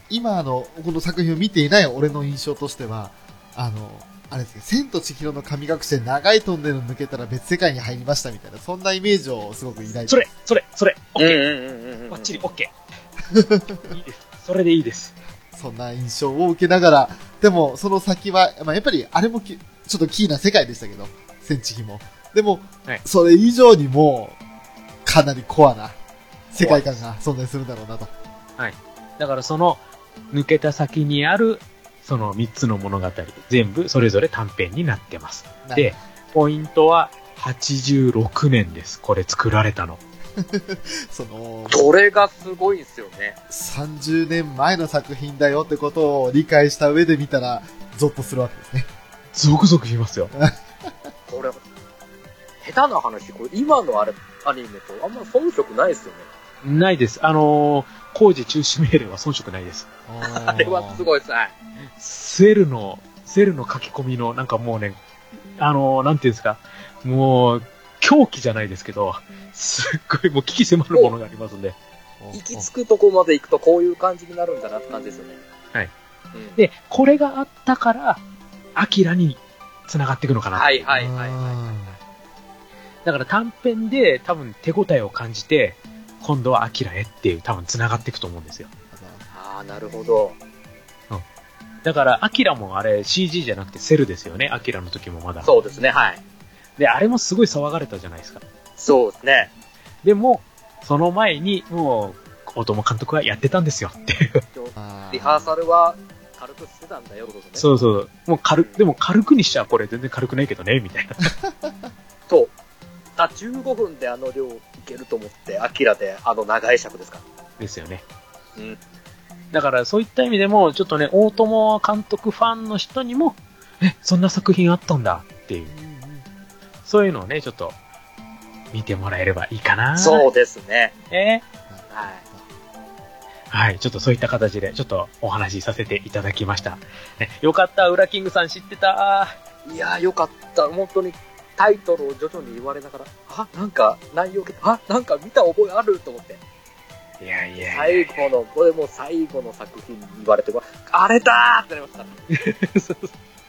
今あの、この作品を見ていない俺の印象としては、あの、あれですね、千と千尋の神隠しで長いトンネルを抜けたら別世界に入りましたみたいな、そんなイメージをすごく抱いてます。 それ、それ、それ、オッケー。 うんうんうんうん。 バッチリ、オッケー。いいです。それでいいです。 そんな印象を受けながら、でもその先は、まあ、やっぱりあれもきちょっとキーな世界でしたけど、千千尋も。でも、 はい、 それ以上にもう、かなりコアな世界観が存在するんだろうなと。 はい。だからその、抜けた先にある、そのみっつの物語、全部それぞれ短編になってます。で、ポイントははちじゅうろくねんです。これ作られたの。 その、 それがすごいんですよね。 さんじゅうねんまえの作品だよってことを理解した上で見たら、ゾッとするわけですね。 ゾクゾクしますよ。 これ、下手な話、これ今のあれ、アニメとあんま遜色ないですよね。 ないです。あのー、工事中止命令は遜色ないです。 あれはすごいです。はい。 セルの、セルの書き込みの、なんかもうね、あのー、なんていうんですか、もう、狂気じゃないですけど、すっごいもう危機迫るものがありますんで。 行き着くとこまで行くとこういう感じになるんだなって感じですよね。 はい。 うん、 で、これがあったから、アキラに繋がっていくのかな。 はいはいはいはい。 だから短編で多分手応えを感じて、今度はアキラへっていう多分繋がっていくと思うんですよ。 ああ、なるほど。 うん。だから、アキラもあれ シージー じゃなくてセルですよね。アキラの時もまだ。 そうですね、はい。 で、あれもすごい騒がれたじゃないですか。 そうですね。 でも、その前に、もう、大友監督はやってたんですよっていう。 リハーサルは軽くしてたんだよ、ね、 そうそう。もう軽く、でも軽くにしちゃこれ全然軽くないけどね、みたいな。 そう。あ、じゅうごふんであの量いけると思って、アキラであの長い尺ですか。 ですよね。 うん。 だからそういった意味でも、ちょっとね、大友監督ファンの人にも、え、そんな作品あったんだっていう。そういうのをね、ちょっと、見てもらえればいいかな。 そうですね。 えー、 はい。 はい、ちょっとそういった形で、ちょっとお話しさせていただきました。ね、よかった、ウラキングさん知ってた。 いやー、よかった。本当にタイトルを徐々に言われながら、あ、なんか内容、あ、なんか見た覚えあると思って。 いやいやいや最後の、これもう最後の作品に言われて、あれだーってなりました。 はい。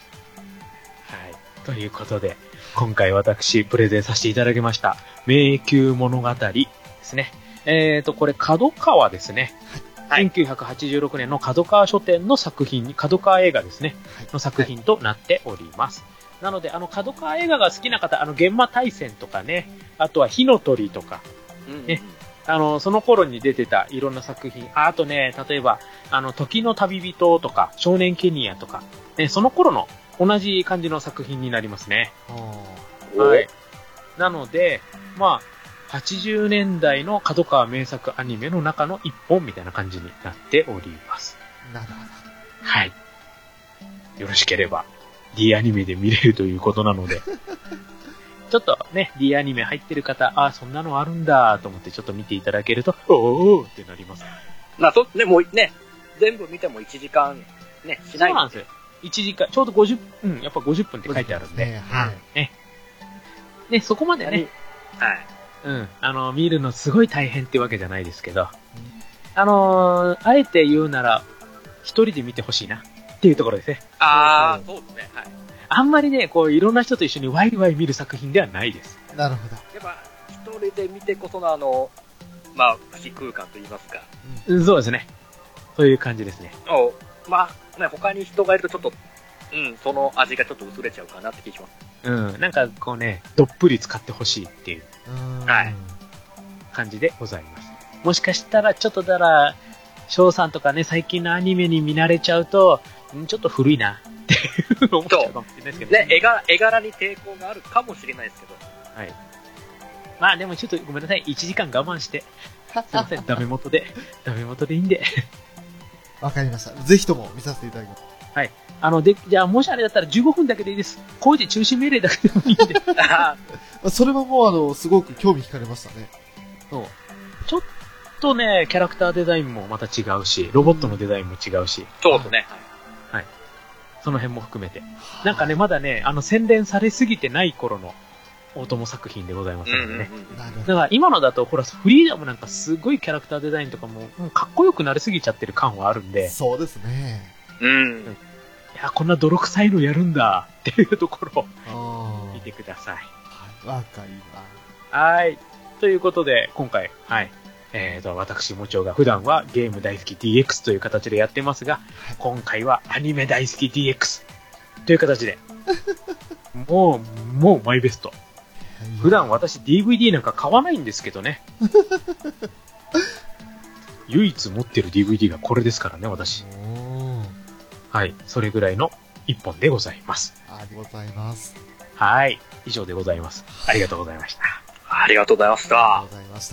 ということで、今回私、プレゼンさせていただきました、迷宮物語ですね。えーと、これ、角川ですね。はい、せんきゅうひゃくはちじゅうろくねんの角川書店の作品に、角川映画ですね、の作品となっております。なので、あの、角川映画が好きな方、あの、現場大戦とかね、あとは火の鳥とか、ね、うん、あの、その頃に出てたいろんな作品、あ, あとね、例えば、あの、時の旅人とか、少年ケニアとか、ね、その頃の同じ感じの作品になりますね。はい。なので、まあ、はちじゅうねんだいの角川名作アニメの中の一本みたいな感じになっております。 なるほど。 はい。よろしければ、D アニメで見れるということなので、ちょっとね、D アニメ入ってる方、あ、そんなのあるんだと思ってちょっと見ていただけると、おーってなります。 まあ、と、ね、もうね、全部見てもいちじかんね、しない。 そうなんですよ。いちじかん、ちょうどごじゅっぷん、うん、やっぱごじゅっぷんって書いてあるんで。 ね、はい。 ね。ね、そこまでね、 はい。 うん、あの、見るのすごい大変ってわけじゃないですけど、うん、あのー、あえて言うなら、一人で見てほしいなっていうところですね。 ああ、そうですね。はい。 あんまりね、こう、いろんな人と一緒にワイワイ見る作品ではないです。 なるほど。 やっぱ、一人で見てこそのあの、まあ、不死空間と言いますか。 うん、そうですね。そういう感じですね。 おまあ、ね、他に人がいるとちょっと、うん、その味がちょっと薄れちゃうかなって気がします。 うん、なんかこうね、どっぷり使ってほしいっていう、 はい、感じでございます。もしかしたら、ちょっとだら、翔さんとかね、最近のアニメに見慣れちゃうと、んちょっと古いなって思っちゃうかもしれないですけどね。絵柄、絵柄に抵抗があるかもしれないですけど。 はい。まあでもちょっとごめんなさい。いちじかん我慢して。すいません。ダメ元で。ダメ元でいいんで。 わかりました。ぜひとも見させていただきます。 はい。あの、で、じゃあもしあれだったらじゅうごふんだけでいいです。工事中止命令だけでもいいんで。 それはもうあの、すごく興味惹かれましたね。 そう。ちょっとね、キャラクターデザインもまた違うし、ロボットのデザインも違うし。 そうですね。 はい。その辺も含めて。なんかね、まだね、あの、洗練されすぎてない頃の大友作品でございますのでね。 うんうんうんなるほど。 だから今のだと、ほら、フリーダムなんかすごいキャラクターデザインとかも、もうかっこよくなりすぎちゃってる感はあるんで、 そうですね。 うん。 いや、こんな泥臭いのやるんだっていうところをあ見てください。 あ。わかりまはい。ということで、今回、はい。えーと、私、もちおが普段はゲーム大好き ディーエックス という形でやってますが、今回はアニメ大好き ディーエックス という形で、もう、もうマイベスト。 す。 普段私 ディーブイディー なんか買わないんですけどね。唯一持ってる ディーブイディー がこれですからね、私。 おーはい。それぐらいの一本でございます。 ありがとうございます。 はい。以上でございます。ありがとうございました。 ありがとうございましありたがとう。ございました。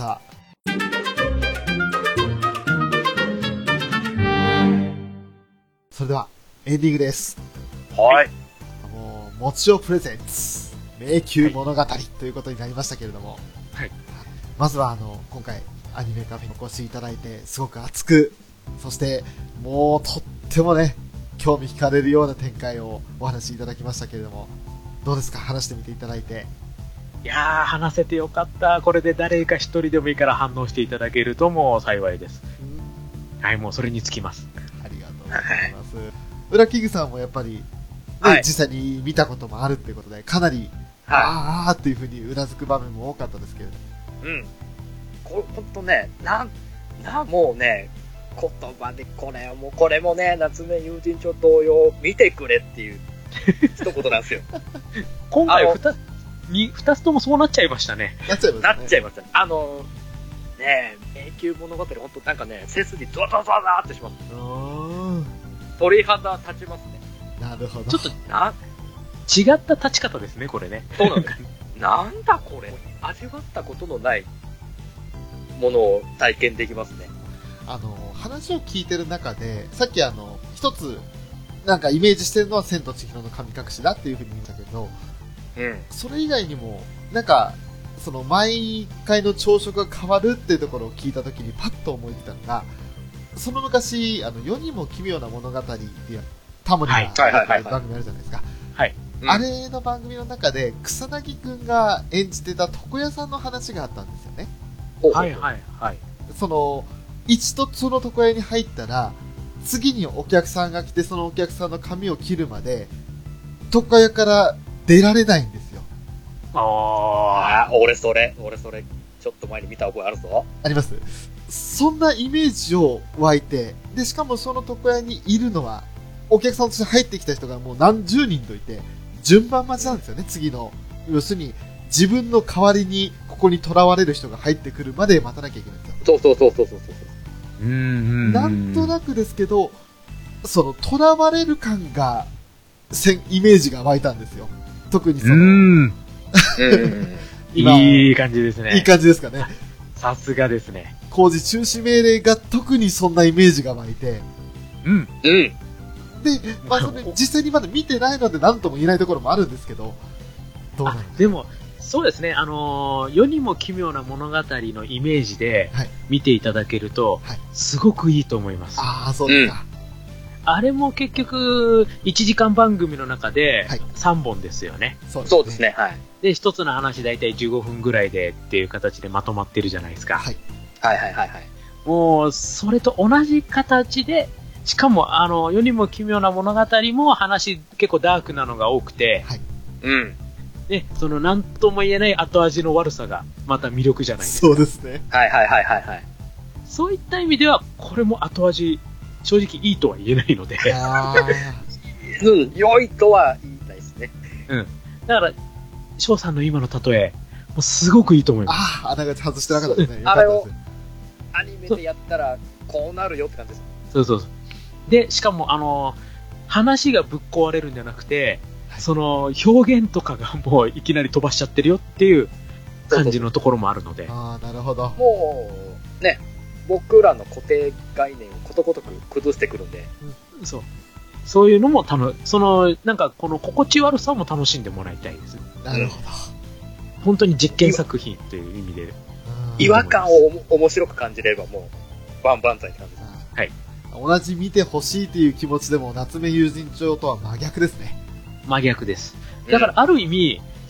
それでは、エンディングです。 はい。 もう、もちおプレゼンツ、迷宮物語ということになりましたけれども、 はい。 まずは、あの、今回、アニメカフェにお越しいただいて、すごく熱く、そして、もう、とってもね、興味惹かれるような展開をお話しいただきましたけれども、どうですか、話してみていただいて。 いやー、話せてよかった。これで誰か一人でもいいから反応していただけるともう幸いです。はい、もうそれにつきます。 ありがとうございます。裏キングさんもやっぱり、ねはい実際に見たこともあるっていうことで、かなり、 はあーっていうふうにうなずく場面も多かったですけれども。 い。うん。こほんとね、なん、な、もうね、言葉でこれも、これもね、夏目友人帳同様、見てくれっていう一言なんですよ。 今回あの二つ、に二つともそうなっちゃいましたね。 なっちゃいますね。 なっちゃいましたね。あの、ねえ、迷宮物語、ほんとなんかね、背筋ドワドワドワドワってします。 うーん。 鳥肌立ちますね。 なるほど。 ちょっとな、 違った立ち方ですね、これね。 そうなんです。なんだこれ。味わったことのないものを体験できますね。 あの、話を聞いてる中で、さっきあの、一つ、なんかイメージしてるのは千と千尋の神隠しだっていうふうに言ったけど、 うん。 それ以外にも、なんか、その毎回の朝食が変わるっていうところを聞いたときにパッと思い出たのが、その昔、あの、世にも奇妙な物語っていう、タモリがはいやってるはいはいはい番組あるじゃないですか。 うんあれの番組の中で、草薙くんが演じてた床屋さんの話があったんですよね。 ほうほうほうはいはいはい。 その、一度その床屋に入ったら、次にお客さんが来て、そのお客さんの髪を切るまで、床屋から出られないんですよ。 あああ、俺それ、俺それ、ちょっと前に見た覚えあるぞ。 あります。そんなイメージを湧いて、で、しかもその床屋にいるのは、お客さんとして入ってきた人がもう何十人といて、順番待ちなんですよね、次の。要するに、自分の代わりにここに囚われる人が入ってくるまで待たなきゃいけないんですよ。 そうそうそうそうそうそう。 ー。うんうん。 なんとなくですけど、その、囚われる感が、せん、イメージが湧いたんですよ。特にその、 うん。 うん。 今いい感じですね。 いい感じですかね。 さすがですね。 工事中止命令が特にそんなイメージが湧いて、 うん。 うん。 で、まあ、それ実際にまだ見てないので何とも言えないところもあるんですけど、どうなあの、 でも、そうですね、あのー世にも奇妙な物語のイメージではい見ていただけると、 はいすごくいいと思います。あああ、そうですか。 あれも結局、いちじかん番組の中ではいさんぼんですよね。 そうそうです。ね、はい。 で、一つの話だいたいじゅうごふんぐらいでっていう形でまとまってるじゃないですか。 はい。 はいはいはいはい。 もう、それと同じ形で、しかも、あの、世にも奇妙な物語も話結構ダークなのが多くて、 うん。 で、その何とも言えない後味の悪さがまた魅力じゃないですか。 そうですね。 はいはいはいはいはい。 そういった意味では、これも後味、正直いいとは言えないので。 あうん、良いとは言いたいですね。 だから、翔さんの今の例え、もうすごくいいと思いあ、 ます。 ああ、あながち外してなかったですね。よかあれをったです。 アニメでやったら、こうなるよって感じです。 そうそうそう。で、しかも、あの、話がぶっ壊れるんじゃなくて、 はいその、表現とかがもういきなり飛ばしちゃってるよっていう感じのところもあるので。 ああ、なるほど。 もう、ね、僕らの固定概念をことごとく崩してくるんで。 そう。そういうのも楽、その、なんかこの心地悪さも楽しんでもらいたいです。 なるほど。 本当に実験作品という意味で。 うん違和感をおも面白く感じればもう、万々歳って感じです。 はい。 同じ見てほしいという気持ちでも、夏目友人帳とは真逆ですね。 真逆です。だから、ある意味、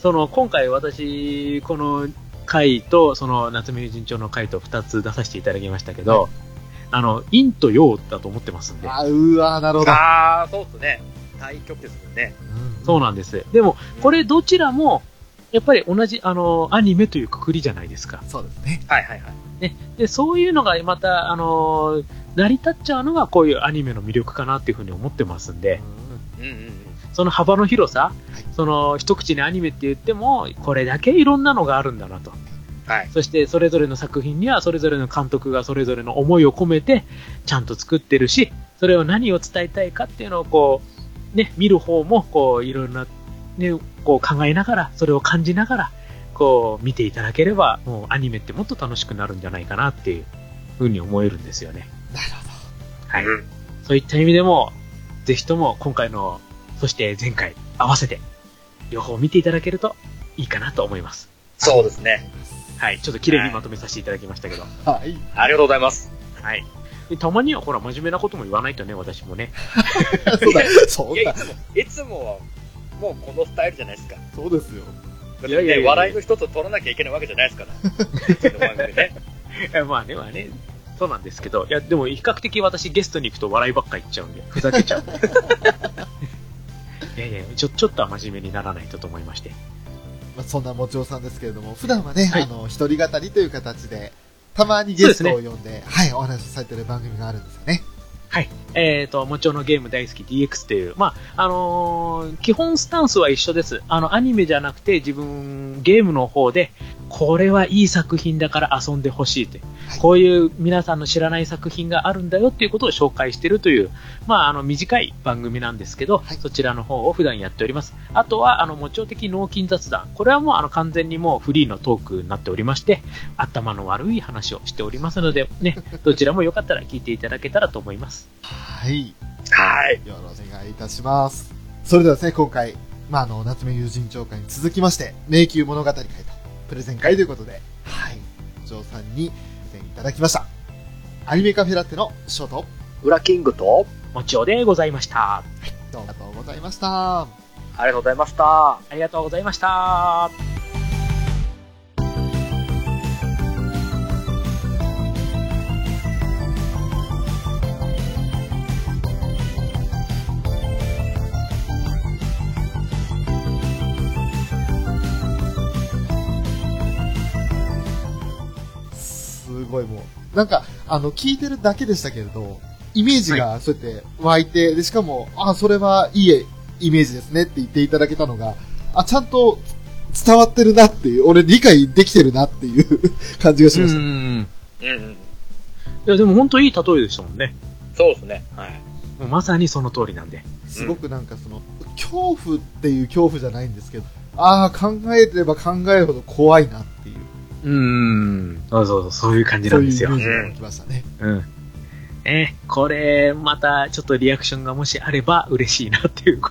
その、今回私、この回と、その、夏目友人帳の回とふたつ出させていただきましたけど、はい、あの、陰と陽だと思ってますんで。 あ、うわ、なるほど。 ああ、そうですね。対極ですもんね。 うん、そうなんです。でも、これどちらも、やっぱり同じ、あの、アニメというくくりじゃないですか。 そうですね。 はいはいはい。 ね、で、そういうのがまた、あの、成り立っちゃうのがこういうアニメの魅力かなっていうふうに思ってますんで、 うんうんうん、 その幅の広さ、 はい、 その一口にアニメって言っても、これだけいろんなのがあるんだなと。 はい。 そしてそれぞれの作品にはそれぞれの監督がそれぞれの思いを込めてちゃんと作ってるし、それを何を伝えたいかっていうのをこう、ね、見る方もこういろいろな、ね、こう考えながら、それを感じながら、こう見ていただければ、もうアニメってもっと楽しくなるんじゃないかなっていうふうに思えるんですよね。 なるほど。 はい。うん、そういった意味でも、ぜひとも今回の、そして前回合わせて、両方見ていただけるといいかなと思います。 そうですね。 はい。ちょっと綺麗にまとめさせていただきましたけど。 はい。 ありがとうございます。 はい。でたまにはほら、真面目なことも言わないとね、私もね。 そうだ、そうだ。 いや、いつも、いつもは、もうこのスタイルじゃないですか。 そうですよ。 いやいやいや、笑いの一つを取らなきゃいけないわけじゃないですから。の番組ね。 まあね、まあね、そうなんですけど、いや、でも比較的私ゲストに行くと笑いばっか言っちゃうんで、ふざけちゃう。いやいや、ちょ、ちょっとは真面目にならないとと思いまして。 まあ、そんなもちおさんですけれども、普段はね、 はい、 あの、一人語りという形で、たまにゲストを呼んで、でね、はい、お話しされている番組があるんですよね。 はい。えっ、ー、と、もちろんのゲーム大好き ディーエックス という、まあ、あのー、基本スタンスは一緒です。あの、アニメじゃなくて自分、ゲームの方で、これはいい作品だから遊んでほしいという、はい、こういう皆さんの知らない作品があるんだよっていうことを紹介しているという、まあ、あの、短い番組なんですけど、はい、そちらの方を普段やっております。あとは、あの、もちろ的脳筋雑談。これはもう、あの、完全にもうフリーのトークになっておりまして、頭の悪い話をしておりますので、ね、どちらもよかったら聞いていただけたらと思います。 はい。 はい。 よろしくお願いいたします。それではですね、今回、まあ、あの、夏目友人帳会に続きまして、迷宮物語会と、プレゼン会ということで、はい。ジョーさんに出演いただきました。アニメカフェラテのショート、 ウラキングと、 もちおでございました。はい。 どうもありがとうございました。 ありがとうございました。 ありがとうございました。 すごいもう、なんか、あの、聞いてるだけでしたけれど、イメージがそうやって湧いて、はい、で、しかも、あ、それはいいイメージですねって言っていただけたのが、あ、ちゃんと伝わってるなっていう、俺理解できてるなっていう感じがしました。うん。うんうん。いや、でも本当いい例えでしたもんね。 そうですね。はい。 もうまさにその通りなんで。 すごくなんかその、恐怖っていう恐怖じゃないんですけど、ああ、考えれば考えるほど怖いなっていう。 うーん。そうそうそう、そういう感じなんですよ。 そういうイメージが起きましたね。 うん。え、これ、また、ちょっとリアクションがもしあれば嬉しいなっていうこと。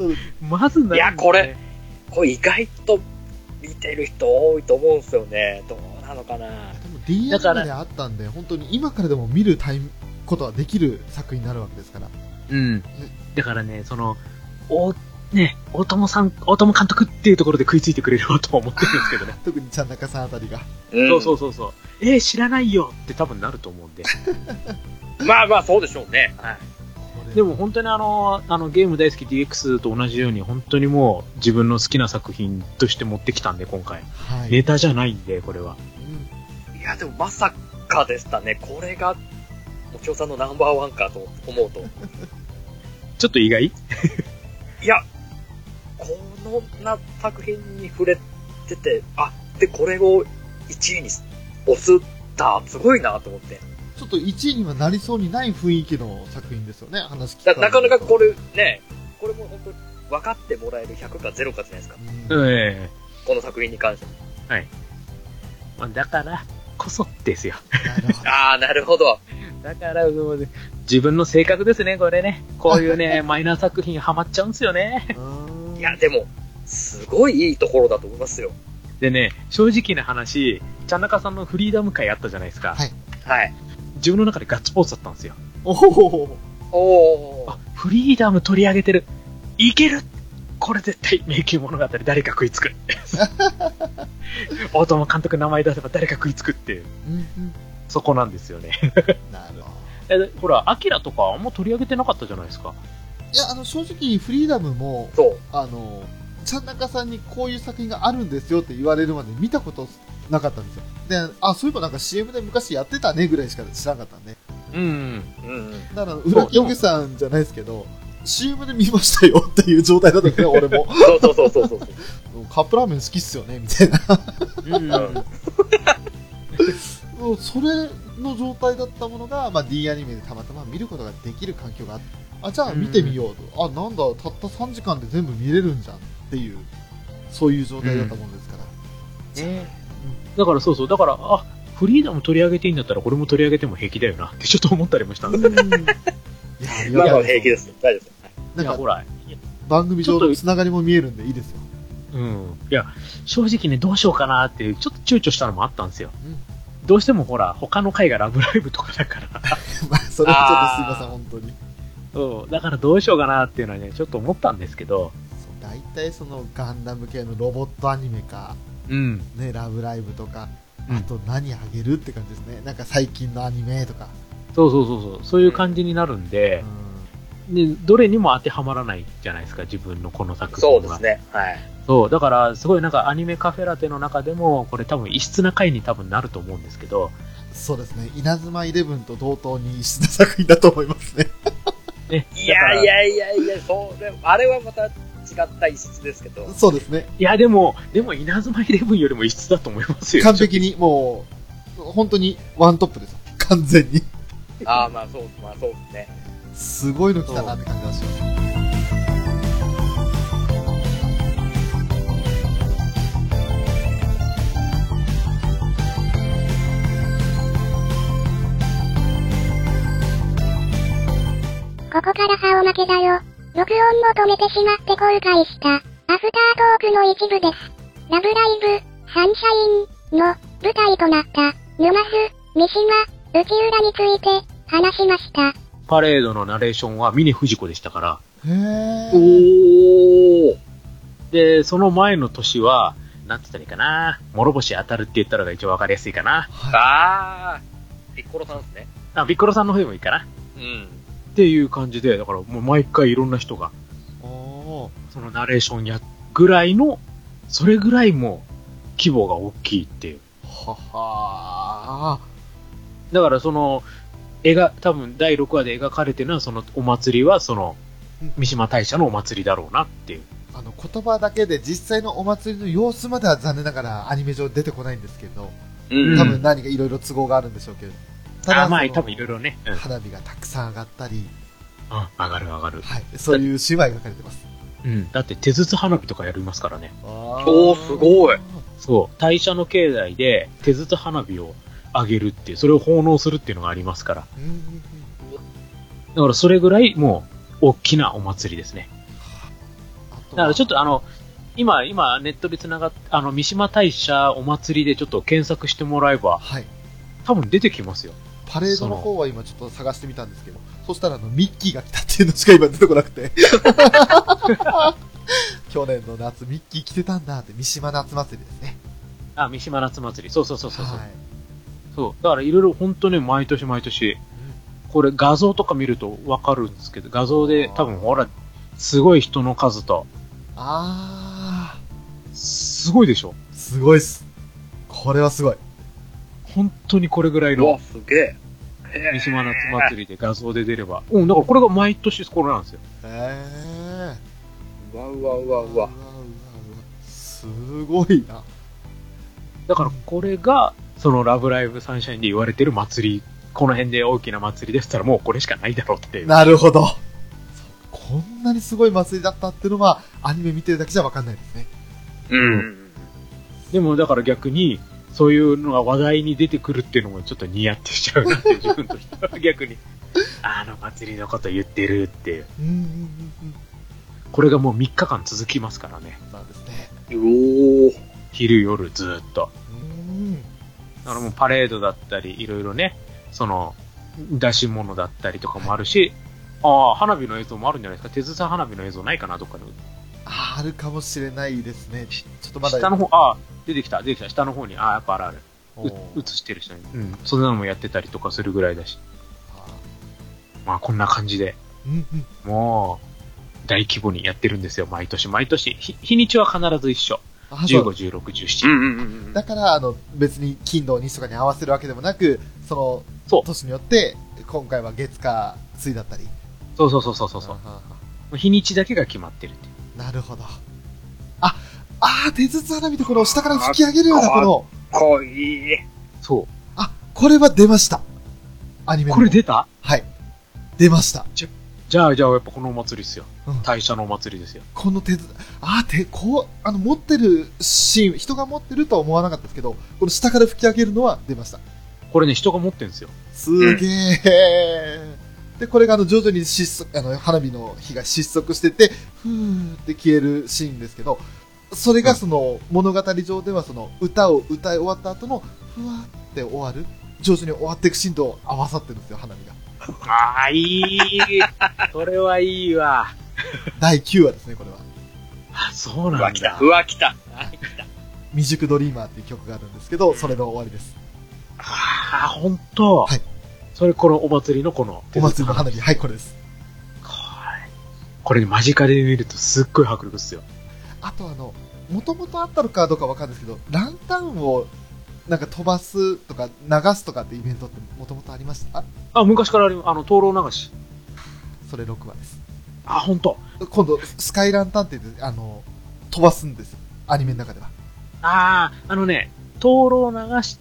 まずいや、これ、これ意外と見てる人多いと思うんですよね。どうなのかな。でもディーエム であったんで、本当に今からでも見るタイム、ことはできる作品になるわけですから。 うん。だからね、その、お、ね、大友さん、大友監督っていうところで食いついてくれればと思ってるんですけどね。 特にちゃん中さんあたりが。 うん、そうそうそうそう。えー、知らないよって多分なると思うんで。 まあまあそうでしょうね。はい。 でも本当にあの、あのゲーム大好き ディーエックス と同じように本当にもう自分の好きな作品として持ってきたんで今回。はい、ネタじゃないんでこれは。 うん、いやでもまさかでしたね。これが、もちおさんのナンバーワンかと思うと。 ちょっと意外いや、このな作品に触れてて、あ、で、これをいちいに押すったすごいなと思って。 ちょっといちいにはなりそうにない雰囲気の作品ですよね、話聞いたら。 なかなかこれね、これも本当に分かってもらえるひゃくかゼロかじゃないですか。 うん、えー、この作品に関しても。 はい。まあ、だからこそですよ。 ああ、なるほど。 だから、自分の性格ですね、これね。こういうね、マイナー作品ハマっちゃうんですよね。 いや、でも、すごいいいところだと思いますよ。 でね、正直な話、ちゃんなかさんのフリーダム会あったじゃないですか。 はい。 はい。 自分の中でガッツポーズだったんですよ。 おおおあ、フリーダム取り上げてる。いけるこれ絶対迷宮物語誰か食いつく。大友監督名前出せば誰か食いつくっていう。 うんうん。 そこなんですよね。 なるほど。 え、ほら、アキラとかあんま取り上げてなかったじゃないですか。 いや、あの、正直、フリーダムも、 そう。 あの、ちゃんなかさんにこういう作品があるんですよって言われるまで見たことなかったんですよ。で、あ、そういえばなんか シーエム で昔やってたねぐらいしか知らなかったんで。 うん。 うん。 だから、ウラキングさんじゃないですけど、シーエム で見ましたよっていう状態だったんですね、俺も。 そうそうそうそうそう。 カップラーメン好きっすよね、みたいな。 うん。 うん、それの状態だったものが、まあ、D アニメでたまたま見ることができる環境があって、あ、じゃあ見てみようと。あ、なんだ、たったさんじかんで全部見れるんじゃんっていう、そういう状態だったものですから。 ね、だからそうそう、だから、あ、フリーダム取り上げていいんだったらこれも取り上げても平気だよなってちょっと思ったりもしたんですよね。 いや、ありまあまあがたい平気ですよ。大丈夫ですよ。 なんか、 いやほら、 番組上のつながりも見えるんでいいですよ。 うん。いや、正直ね、どうしようかなっていう、ちょっと躊躇したのもあったんですよ。 うんどうしてもほら、他の回がラブライブとかだから。 まあ、それはちょっとすいません、本当に。 そう、だからどうしようかなっていうのはね、ちょっと思ったんですけど。 そう大体そのガンダム系のロボットアニメか、 うん。 ね、ラブライブとか、 うんあと何あげるって感じですね。なんか最近のアニメとか。 そうそうそうそう、そういう感じになるんで、で、どれにも当てはまらないじゃないですか、自分のこの作品は。 そうですね。はい。 そう、だから、すごいなんかアニメカフェラテの中でも、これ多分異質な回に多分なると思うんですけど、 そうですね。稲妻イレブンと同等に異質な作品だと思いますね。 ね。 いやいやいやいや、それ、あれはまた違った異質ですけど。 そうですね。 いや、でも、でも、稲妻イレブンよりも異質だと思いますよ。 完璧に、もう、本当にワントップですよ。完全に。 ああ、まあそう、まあそうですね。 すごいの来たなって感じがします。 ここから歯を負けだよ。録音も止めてしまって後悔した。アフタートークの一部です。ラブライブ、サンシャインの舞台となった沼津、三島、内浦について話しました。 パレードのナレーションは峰不二子でしたから。 へー。 おー。 で、その前の年は、なんて言ったらいいかな。諸星当たるって言ったのが一番わかりやすいかな。 ああ、ピッコロさんですね。 あ、ビッコロさんの方でもいいかな。 うん。 っていう感じで、だからもう毎回いろんな人が、 おー。 そのナレーションやぐらいの、それぐらいもう規模が大きいっていう。 ははだからその、絵が、多分だいろくわで描かれてるのは、そのお祭りは、その、三島大社のお祭りだろうなっていう。 ー。あの、言葉だけで実際のお祭りの様子までは残念ながらアニメ上出てこないんですけど、 うん。 多分何かいろいろ都合があるんでしょうけど。 あ、まあその多分いろいろね。うん。 花火がたくさん上がったり、 あ、上がる上がる。 はい。そういう芝居が描かれてます。 うん。だって手筒花火とかやりますからね。 おー、すごい。 そう。大社の境内で手筒花火を上げるっていう、それを奉納するっていうのがありますから。 うんうんうん。 だからそれぐらいもう大きなお祭りですね。 あとだからちょっとあの、今、今ネットで繋がっあの、三島大社お祭りでちょっと検索してもらえば、 はい。 多分出てきますよ。 パレードの方は今ちょっと探してみたんですけど、そしたらあの、ミッキーが来たっていうのしか今出てこなくて。去年の夏、ミッキー来てたんだって、三島夏祭りですね。 あ、三島夏祭り。そうそうそうそう。 はい。 そう。だからいろいろ本当ね、毎年毎年、これ画像とか見るとわかるんですけど、画像で多分ほら、すごい人の数と、 あすごいでしょ。 ー、すごいっす。これはすごい。 本当にこれぐらいうわ、 のすげえ。へー三島夏祭りで画像で出れば。うん、だからこれが毎年これなんですよ。 へー。 うわうわうわうわ。 すごいな。 だからこれが、そのラブライブサンシャインで言われてる祭り、この辺で大きな祭りですったらもうこれしかないだろうっていう。 なるほど。こんなにすごい祭りだったっていうのは、アニメ見てるだけじゃわかんないですね。 うん。 でもだから逆に、そういうのが話題に出てくるっていうのもちょっとニヤってしちゃうなっていう自分としては逆に。あの祭りのこと言ってるっていう。 うんうんうんうん。 これがもうみっかかん続きますからね。 なんですね。 おー。 昼夜ずーっと。 うん。 だからもうパレードだったり、いろいろね、その、出し物だったりとかもあるし、ああ、花火の映像もあるんじゃないですか。手筒花火の映像ないかな、どっかに。 あ、あるかもしれないですね。ちょっとまだ。 下の方、ああ、出てきた、出てきた。下の方に、ああ、やっぱあるある。 おう映してる人に。うん。そんなのもやってたりとかするぐらいだし。 あまあ、こんな感じで、 うんうん。 もう、大規模にやってるんですよ、毎年。毎年。日日にちは必ず一緒。 あ、 じゅうご、 そう。 じゅうろく、じゅうしち。 うんうんうんうん。 だから、あの、別に金土日とかに合わせるわけでもなく、その、 そう。 年によって、今回は月火水だったり。 そうそうそうそうそう。 ははは日にちだけが決まってるっていう。 なるほど。あ、あー、手筒花火とこの下から吹き上げるようなこの、 こいい。 そう。 あ、これは出ました。アニメの。 これ出た？ はい。出ました。 じゃあ、じゃあ、やっぱこのお祭りですよ。 うん大社のお祭りですよ。 この手筒、あー、手、こう、あの、持ってるシーン、人が持ってるとは思わなかったですけど、この下から吹き上げるのは出ました。 これね、人が持ってるんですよ。 すげえ。で、これがあの、徐々に失速、あの、花火の火が失速してて、ふーって消えるシーンですけど、それがその、物語上ではその、歌を歌い終わった後の、ふわーって終わる、徐々に終わっていくシーンと合わさってるんですよ、花火が。 ああ、いい。それはいいわ。 だいきゅうわですね、これは。 あ、そうなんうわ、来た。 だ。 うわ、来た。あ来た。 未熟ドリーマーっていう曲があるんですけど、それの終わりです。 ああ、ほんと。 はい。 それ、このお祭りのこの。 お祭りの花火、はい、これです。 これ、これ間近で見るとすっごい迫力っすよ。 あとあの、もともとあったのかどうかわかんないですけど、ランタンをなんか飛ばすとか流すとかってイベントってもともとありました？ あ、昔からある、あの、灯籠流し。 それろくわです。 あ、ほんと。 今度、スカイランタンって言って、あの、飛ばすんですよ。アニメの中では。 ああ、あのね、灯籠を流して、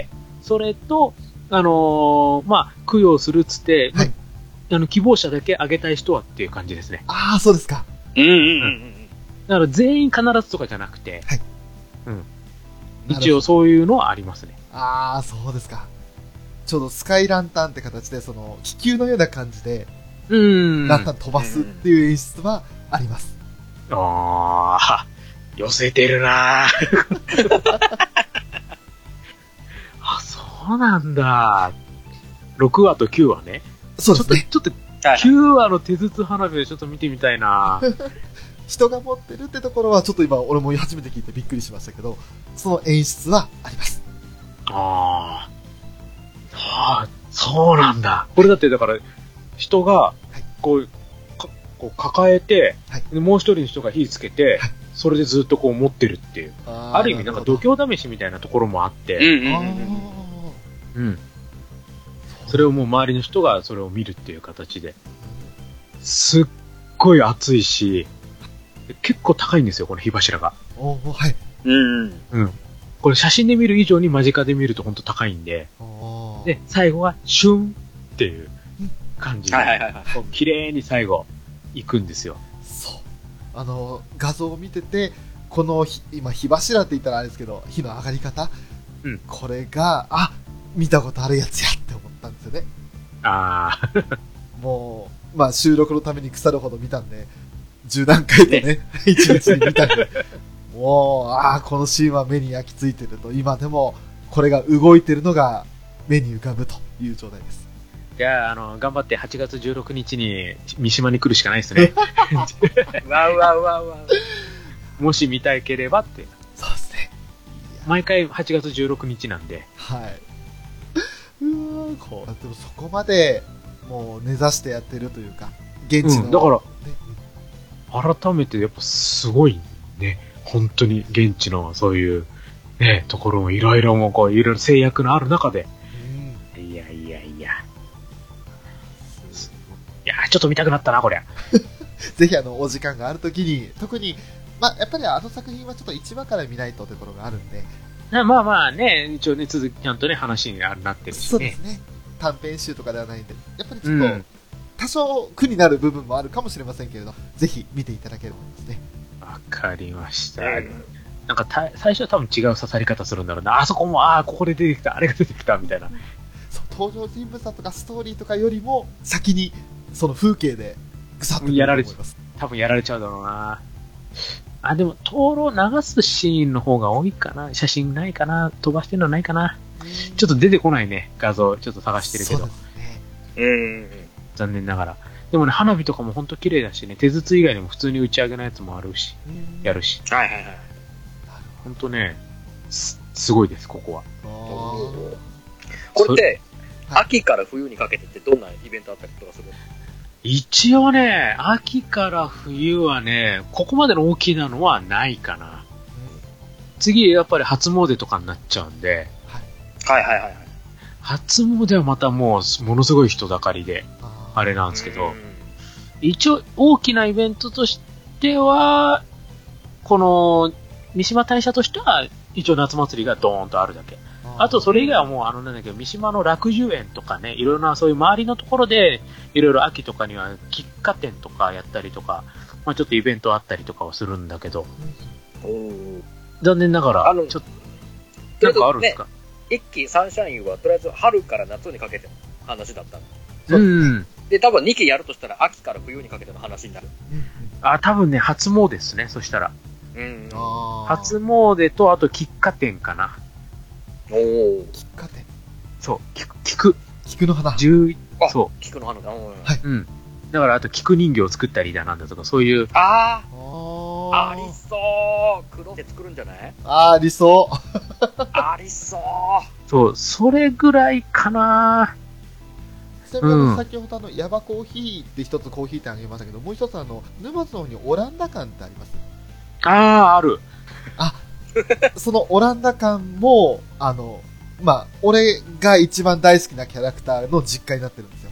それと、あのーまあ、供養するっつって、 はいあの、希望者だけあげたい人はっていう感じですね。 ああ、そうですか。 うんうんうんうん。 だから全員必ずとかじゃなくて、 はい。 うん。 なるほど一応そういうのはありますね。 ああ、そうですか。ちょうどスカイランタンって形で、その、気球のような感じで、 うーん。 ランタン飛ばすっていう演出はあります。 ああ、寄せてるなあ、そうなんだ。ろくわときゅうわね。 そうですね。 ちょっと、ちょっはいと、きゅうわの手筒花火でちょっと見てみたいな人が持ってるってところは、ちょっと今、俺も初めて聞いてびっくりしましたけど、その演出はあります。 ああ。はあ、そうなんだ。これだってだから、人が、こう、かこう抱えて、 はいでもう一人の人が火つけて、 はいそれでずっとこう持ってるっていう。 あある意味なんか度胸胸試しみたいなところもあって、 うんうんあうん。 うん。それをもう周りの人がそれを見るっていう形で。すっごい熱いし、結構高いんですよ、この火柱が。 ーおーはい。 うん。 うん。これ写真で見る以上に間近で見ると本当高いんで、 おーで、最後はシュンっていう感じで、 はいはいはいはい。 こう綺麗に最後行くんですよ。 そう。あの、画像を見てて、この火、今、火柱って言ったらあれですけど、火の上がり方、 うんこれが、あ、見たことあるやつやって思ったんですよね。 ああ、 もう、まあ収録のために腐るほど見たんで、十何回とね、一日に見たんで、もう、ああ、このシーンは目に焼き付いてると、今でも、これが動いてるのが目に浮かぶという状態です。 じゃあ、あの、頑張ってはちがつじゅうろくにちに三島に来るしかないですね。 わうわうわうわ。 もし見たければって。 そうですね。いや毎回はちがつじゅうろくにちなんで。 はい。うわーこう、でもそこまで、もう根ざしてやってるというか、現地の。 うん、だから、 ね改めてやっぱすごいね。本当に現地のそういう、ね、ところもいろいろもこう、いろいろ制約のある中で。 うんいやいやいや。いやーちょっと見たくなったな、こりゃ。 ぜひあの、お時間があるときに、特に、まあ、やっぱりあの作品はちょっといちわから見ないとというところがあるんで、 まあまあね、一応ね、続きちゃんとね、話になってるしね。 そうですね。短編集とかではないんで、やっぱりちょっとうん、 多少苦になる部分もあるかもしれませんけれど、ぜひ見ていただければですね。 わかりました。 うんなんかた最初は多分違う刺さり方するんだろうな。あそこも、ああ、ここで出てきた、あれが出てきた、みたいな。 そう、登場人物だとかストーリーとかよりも、先に、その風景で、ぐさっとくると思います。 多分やられちゃうだろうな。あ、でも、灯籠流すシーンの方が多いかな。写真ないかな。飛ばしてるのないかな。ちょっと出てこないね、画像。ちょっと探してるけど。 そうですね。 うん。 残念ながら。 でもね、花火とかもほんと綺麗だしね、手筒以外にも普通に打ち上げのやつもあるし、やるし。 はいはいはい。 ほんとね、す、すごいです、ここは。 これって、秋から冬にかけてってどんなイベントあったりとかするの？ 一応ね、秋から冬はね、ここまでの大きなのはないかな。うん、次、やっぱり初詣とかになっちゃうんで。 はいはいはいはい。 初詣はまたもう、ものすごい人だかりで、あれなんですけど、一応大きなイベントとしては、この、三島大社としては、一応夏祭りがドーンとあるだけ。あと、それ以外はもう、あの、なんだっけ、三島の楽寿園とかね、いろいろな、そういう周りのところで、いろいろ秋とかには、喫茶店とかやったりとか、まあちょっとイベントあったりとかはするんだけど、残念ながら、ちょっと、なんかあるんですか？ 一期サンシャインは、とりあえず春から夏にかけての話だったの。うん。 で、多分にきやるとしたら、秋から冬にかけての話になる。 あ、多分ね、初詣ですね、そしたら。 うん。 初詣と、あと喫茶店かな。 おお。 喫茶店。 そう、菊。菊。 菊の花。 十一。 そう。菊の花だ。はい。 うん。だから、あと菊人形を作ったりだなんだとか、そういう。 ああ。ありそう。黒で作るんじゃない？ あありそう。 ありそう。 そう、それぐらいかな。 ちなみに、うん、先ほどあの、ヤバコーヒーって一つコーヒー店あげましたけど、もう一つあの、沼津の方にオランダ館ってあります？ ああ、ある。 あ、そのオランダ館も、あの、まあ、俺が一番大好きなキャラクターの実家になってるんですよ。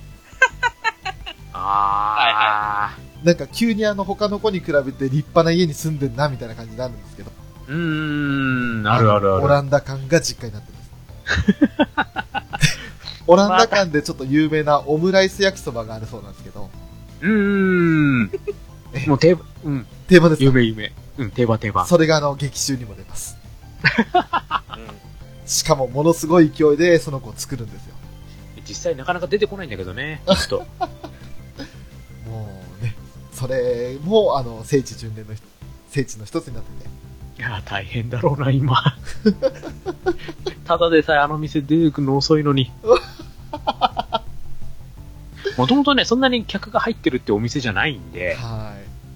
ああ。 なんか急にあの他の子に比べて立派な家に住んでんなみたいな感じになるんですけど。 うーん、あるあるある。 オランダ館が実家になってます。オランダ館でちょっと有名なオムライス焼きそばがあるそうなんですけど。 うーん。もう定番、うん。 定番ですか？ 有名有名。うん、定番定番。 それがあの、劇中にも出ます。しかも、ものすごい勢いでその子を作るんですよ。 実際なかなか出てこないんだけどね、きっと。 もうね、それも、あの、聖地巡礼の、聖地の一つになってて。 いや、大変だろうな、今。ただでさえあの店出てくるの遅いのに。もともとね、そんなに客が入ってるってお店じゃないんで、 はい。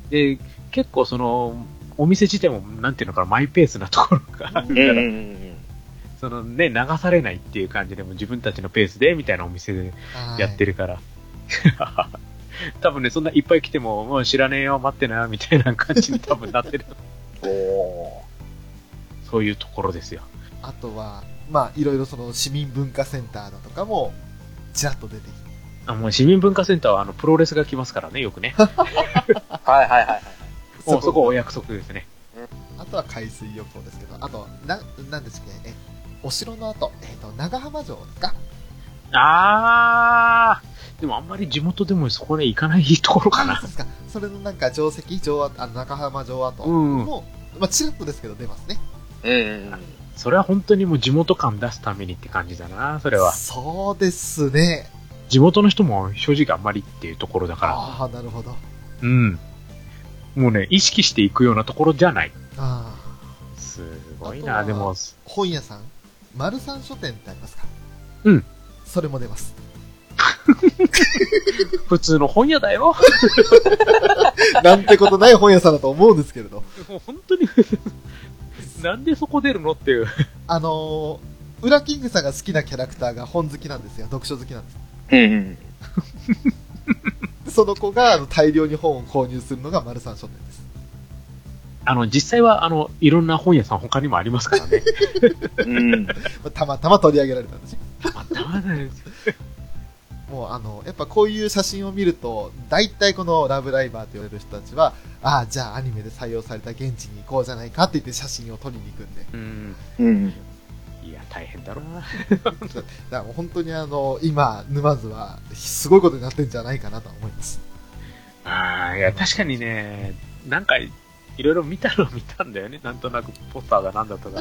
で、結構その、お店自体も、なんていうのかな、マイペースなところがあるから、そのね、流されないっていう感じでも自分たちのペースで、みたいなお店でやってるから。多分ね、そんないっぱい来ても、もう知らねえよ、待ってな、みたいな感じに多分なってる。おそういうところですよ。 あとは、まあ、いろいろその市民文化センターだとかも、ちらっと出てきて。 あ、もう市民文化センターはあの、プロレスが来ますからね、よくね。 はいはいはいはい。 もうそこお約束ですね。 あとは海水浴場ですけど、あと、な、なんですっけ、え、お城の後、えっ、ー、と、長浜城ですか？ あー、でもあんまり地元でもそこで行かないところかな。 そうですか。それのなんか城跡、城跡、あの、長浜城跡も、うん、まあ、ちらっとですけど出ますね。 うん。 それは本当にもう地元感出すためにって感じだな、それは。 そうですね。 地元の人も正直あんまりっていうところだから。 ああ、なるほど。 うん。もうね、意識していくようなところじゃない。 ああ。すごいな、でも。 本屋さん、丸三書店ってありますか？ うん。 それも出ます。 普通の本屋だよ。 なんてことない本屋さんだと思うんですけれど。 もう本当に、なんでそこ出るのっていう。 あのー、ウラキングさんが好きなキャラクターが本好きなんですよ。読書好きなんです。 うん。 その子が大量に本を購入するのが丸三書店です。 あの、実際は、あの、いろんな本屋さん他にもありますからね。 うん。 たまたま取り上げられたんですよ。 たまたまですよ。 もうあの、やっぱこういう写真を見ると、大体このラブライバーと言われる人たちは、ああ、じゃあアニメで採用された現地に行こうじゃないかって言って写真を撮りに行くんで。 うん。 うん。 いや、大変だろうな。 だからもう本当にあの、今、沼津は、すごいことになってんじゃないかなと思います。 ああ、いや、確かにね、なんか、いろいろ見たの見たんだよね。なんとなくポスターがなんだとか。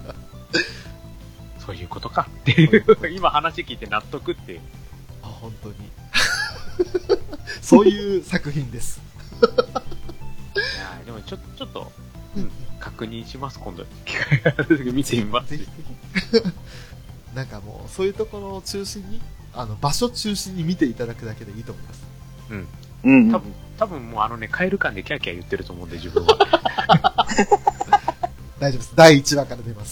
そういうことかっていう、今話聞いて納得っていう。 あ、本当に。そういう作品です。 いやでもちょ、ちょっと、うん、確認します、今度。機会がある時見てみます。ぜひぜひ。なんかもう、そういうところを中心に、あの、場所中心に見ていただくだけでいいと思います。 うん。 うん。 多分、多分もうあのね、カエル感でキャーキャー言ってると思うんで、自分は。 大丈夫です。だいいちわから出ます。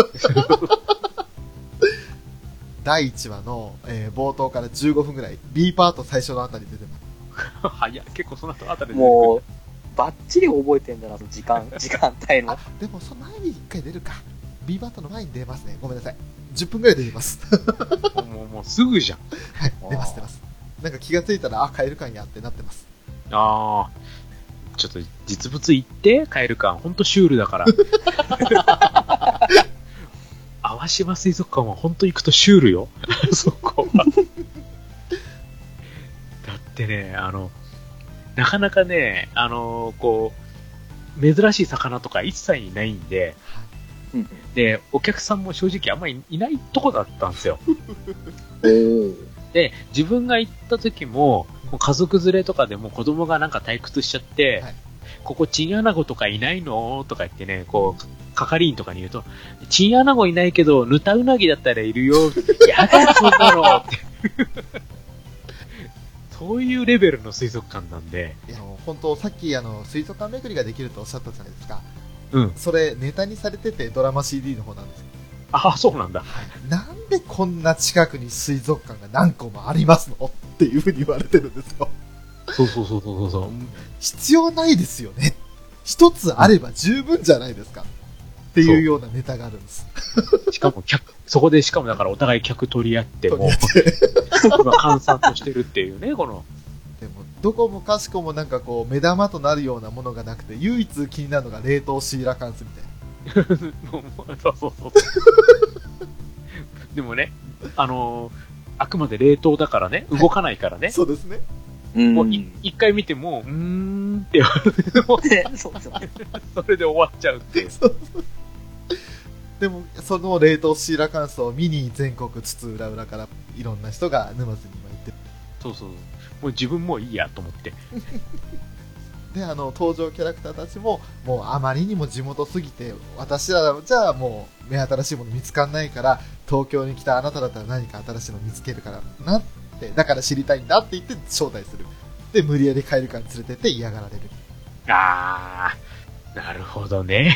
だいいちわの、えー冒頭からじゅうごふんぐらい、B パート最初のあたりで出てます。 早い、結構その後あたりで。 もう、バッチリ覚えてんだな、その時間、時間帯のあ。、でもその前にいっかい出るか。B パートの前に出ますね。ごめんなさい。じゅっぷんぐらいで出ます。 もう、もう、もうすぐじゃん。 はい、出ます出ます。なんか気がついたら、あ、カエル感やってなってます。 ああ。ちょっと実物言って、カエル感。ほんとシュールだから。淡島水族館はほんと行くとシュールよ。そこは。だってね、あの、なかなかね、あの、こう、珍しい魚とか一切いないんで、 うん。 で、お客さんも正直あんまりいないとこだったんですよ。 おー。 で、自分が行った時も、もう家族連れとかでも子供がなんか退屈しちゃって、 はいここチンアナゴとかいないのとか言ってね、こう、係員とかに言うと、チンアナゴいないけど、ヌタウナギだったらいるよ。やだよ、そんなのって。そういうレベルの水族館なんで。 いや、本当さっき、あの、水族館巡りができるとおっしゃったじゃないですか。 うん。 それ、ネタにされてて、ドラマ シーディー の方なんですよ。 ああ、そうなんだ。 なんでこんな近くに水族館が何個もありますのっていうふうに言われてるんですよ。 そうそうそうそうそう。 必要ないですよね。一つあれば十分じゃないですか。っていうようなネタがあるんです。 しかも客、そこでしかもだからお互い客取り合っても、今閑散としてるっていうね、この。 でも、どこもかしこもなんかこう、目玉となるようなものがなくて、唯一気になるのが冷凍シーラカンスみたいな。 そうそうそう。でもね、あのーあくまで冷凍だからね、動かないからね。 そうですね。 うん。 もうい一回見ても、うーんって言われても、 でそうそう。 それで終わっちゃうっていう。 そうそうでも、その冷凍シーラカンスを見に全国津々浦々からいろんな人が沼津に今行ってる。 そうそう。もう自分もいいやと思って。 で、あの、登場キャラクターたちも、もうあまりにも地元すぎて、私らじゃあもう目新しいもの見つかんないから、東京に来たあなただったら何か新しいの見つけるからなって、だから知りたいんだって言って招待する。で、無理やりカエル館に連れてって嫌がられる。 あー、なるほどね。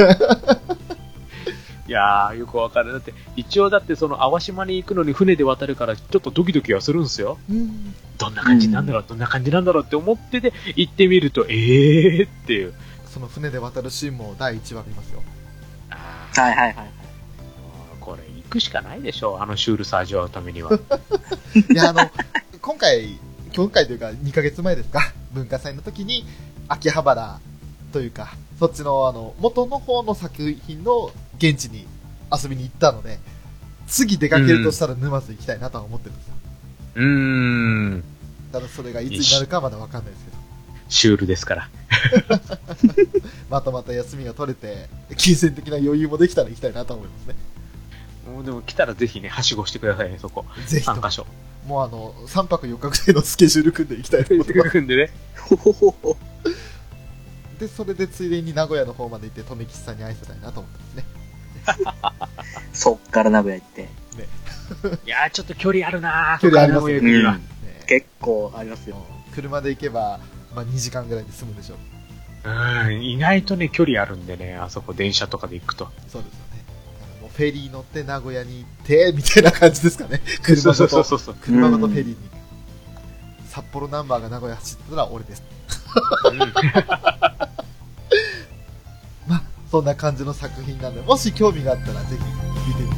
いやー、よくわかる。だって、一応だってその淡島に行くのに船で渡るから、ちょっとドキドキはするんですよ。 うん。 どんな感じなんだろう、どんな感じなんだろうって思ってて、行ってみると、えーっていう。 その船で渡るシーンもだいいちわ見ますよ。 あはいはいはい。 ーこれ行くしかないでしょ、あのシュールさ味わうためには。 いや、あの、今回、今回というかにかげつまえですか、文化祭の時に、秋葉原というか、そっちのあの、元の方の作品の現地に遊びに行ったので、次出かけるとしたら沼津行きたいなとは思ってるんですよ。 うーん。 ただそれがいつになるかまだわかんないですけど。 シュールですから。 またまた休みが取れて、金銭的な余裕もできたら行きたいなと思いますね。 もうでも来たらぜひね、はしごしてくださいね、そこ。 ぜひともさん箇所。 もうあの、さんぱくよっかぐらいのスケジュール組んで行きたいと思ってます。 組んでね。 ほほほほ。 で、それでついでに名古屋の方まで行って、富吉さんに挨拶したいなと思ってますね。 そっから名古屋行って。 いやー、ちょっと距離あるなー。 距離ありますよ名古屋行くにはうんね結構ありますよ。 車で行けば、まあ、にじかんぐらいで済むでしょう。 うん、意外とね、距離あるんでね、あそこ電車とかで行くと。 そうですよね。だからもうフェリー乗って名古屋に行って、みたいな感じですかね。車ごそうそうと、 そうそう。 車ごとフェリーに行く。札幌ナンバーが名古屋走ってたら俺です。 うんまあ、そんな感じの作品なんで、もし興味があったらぜひ見てみて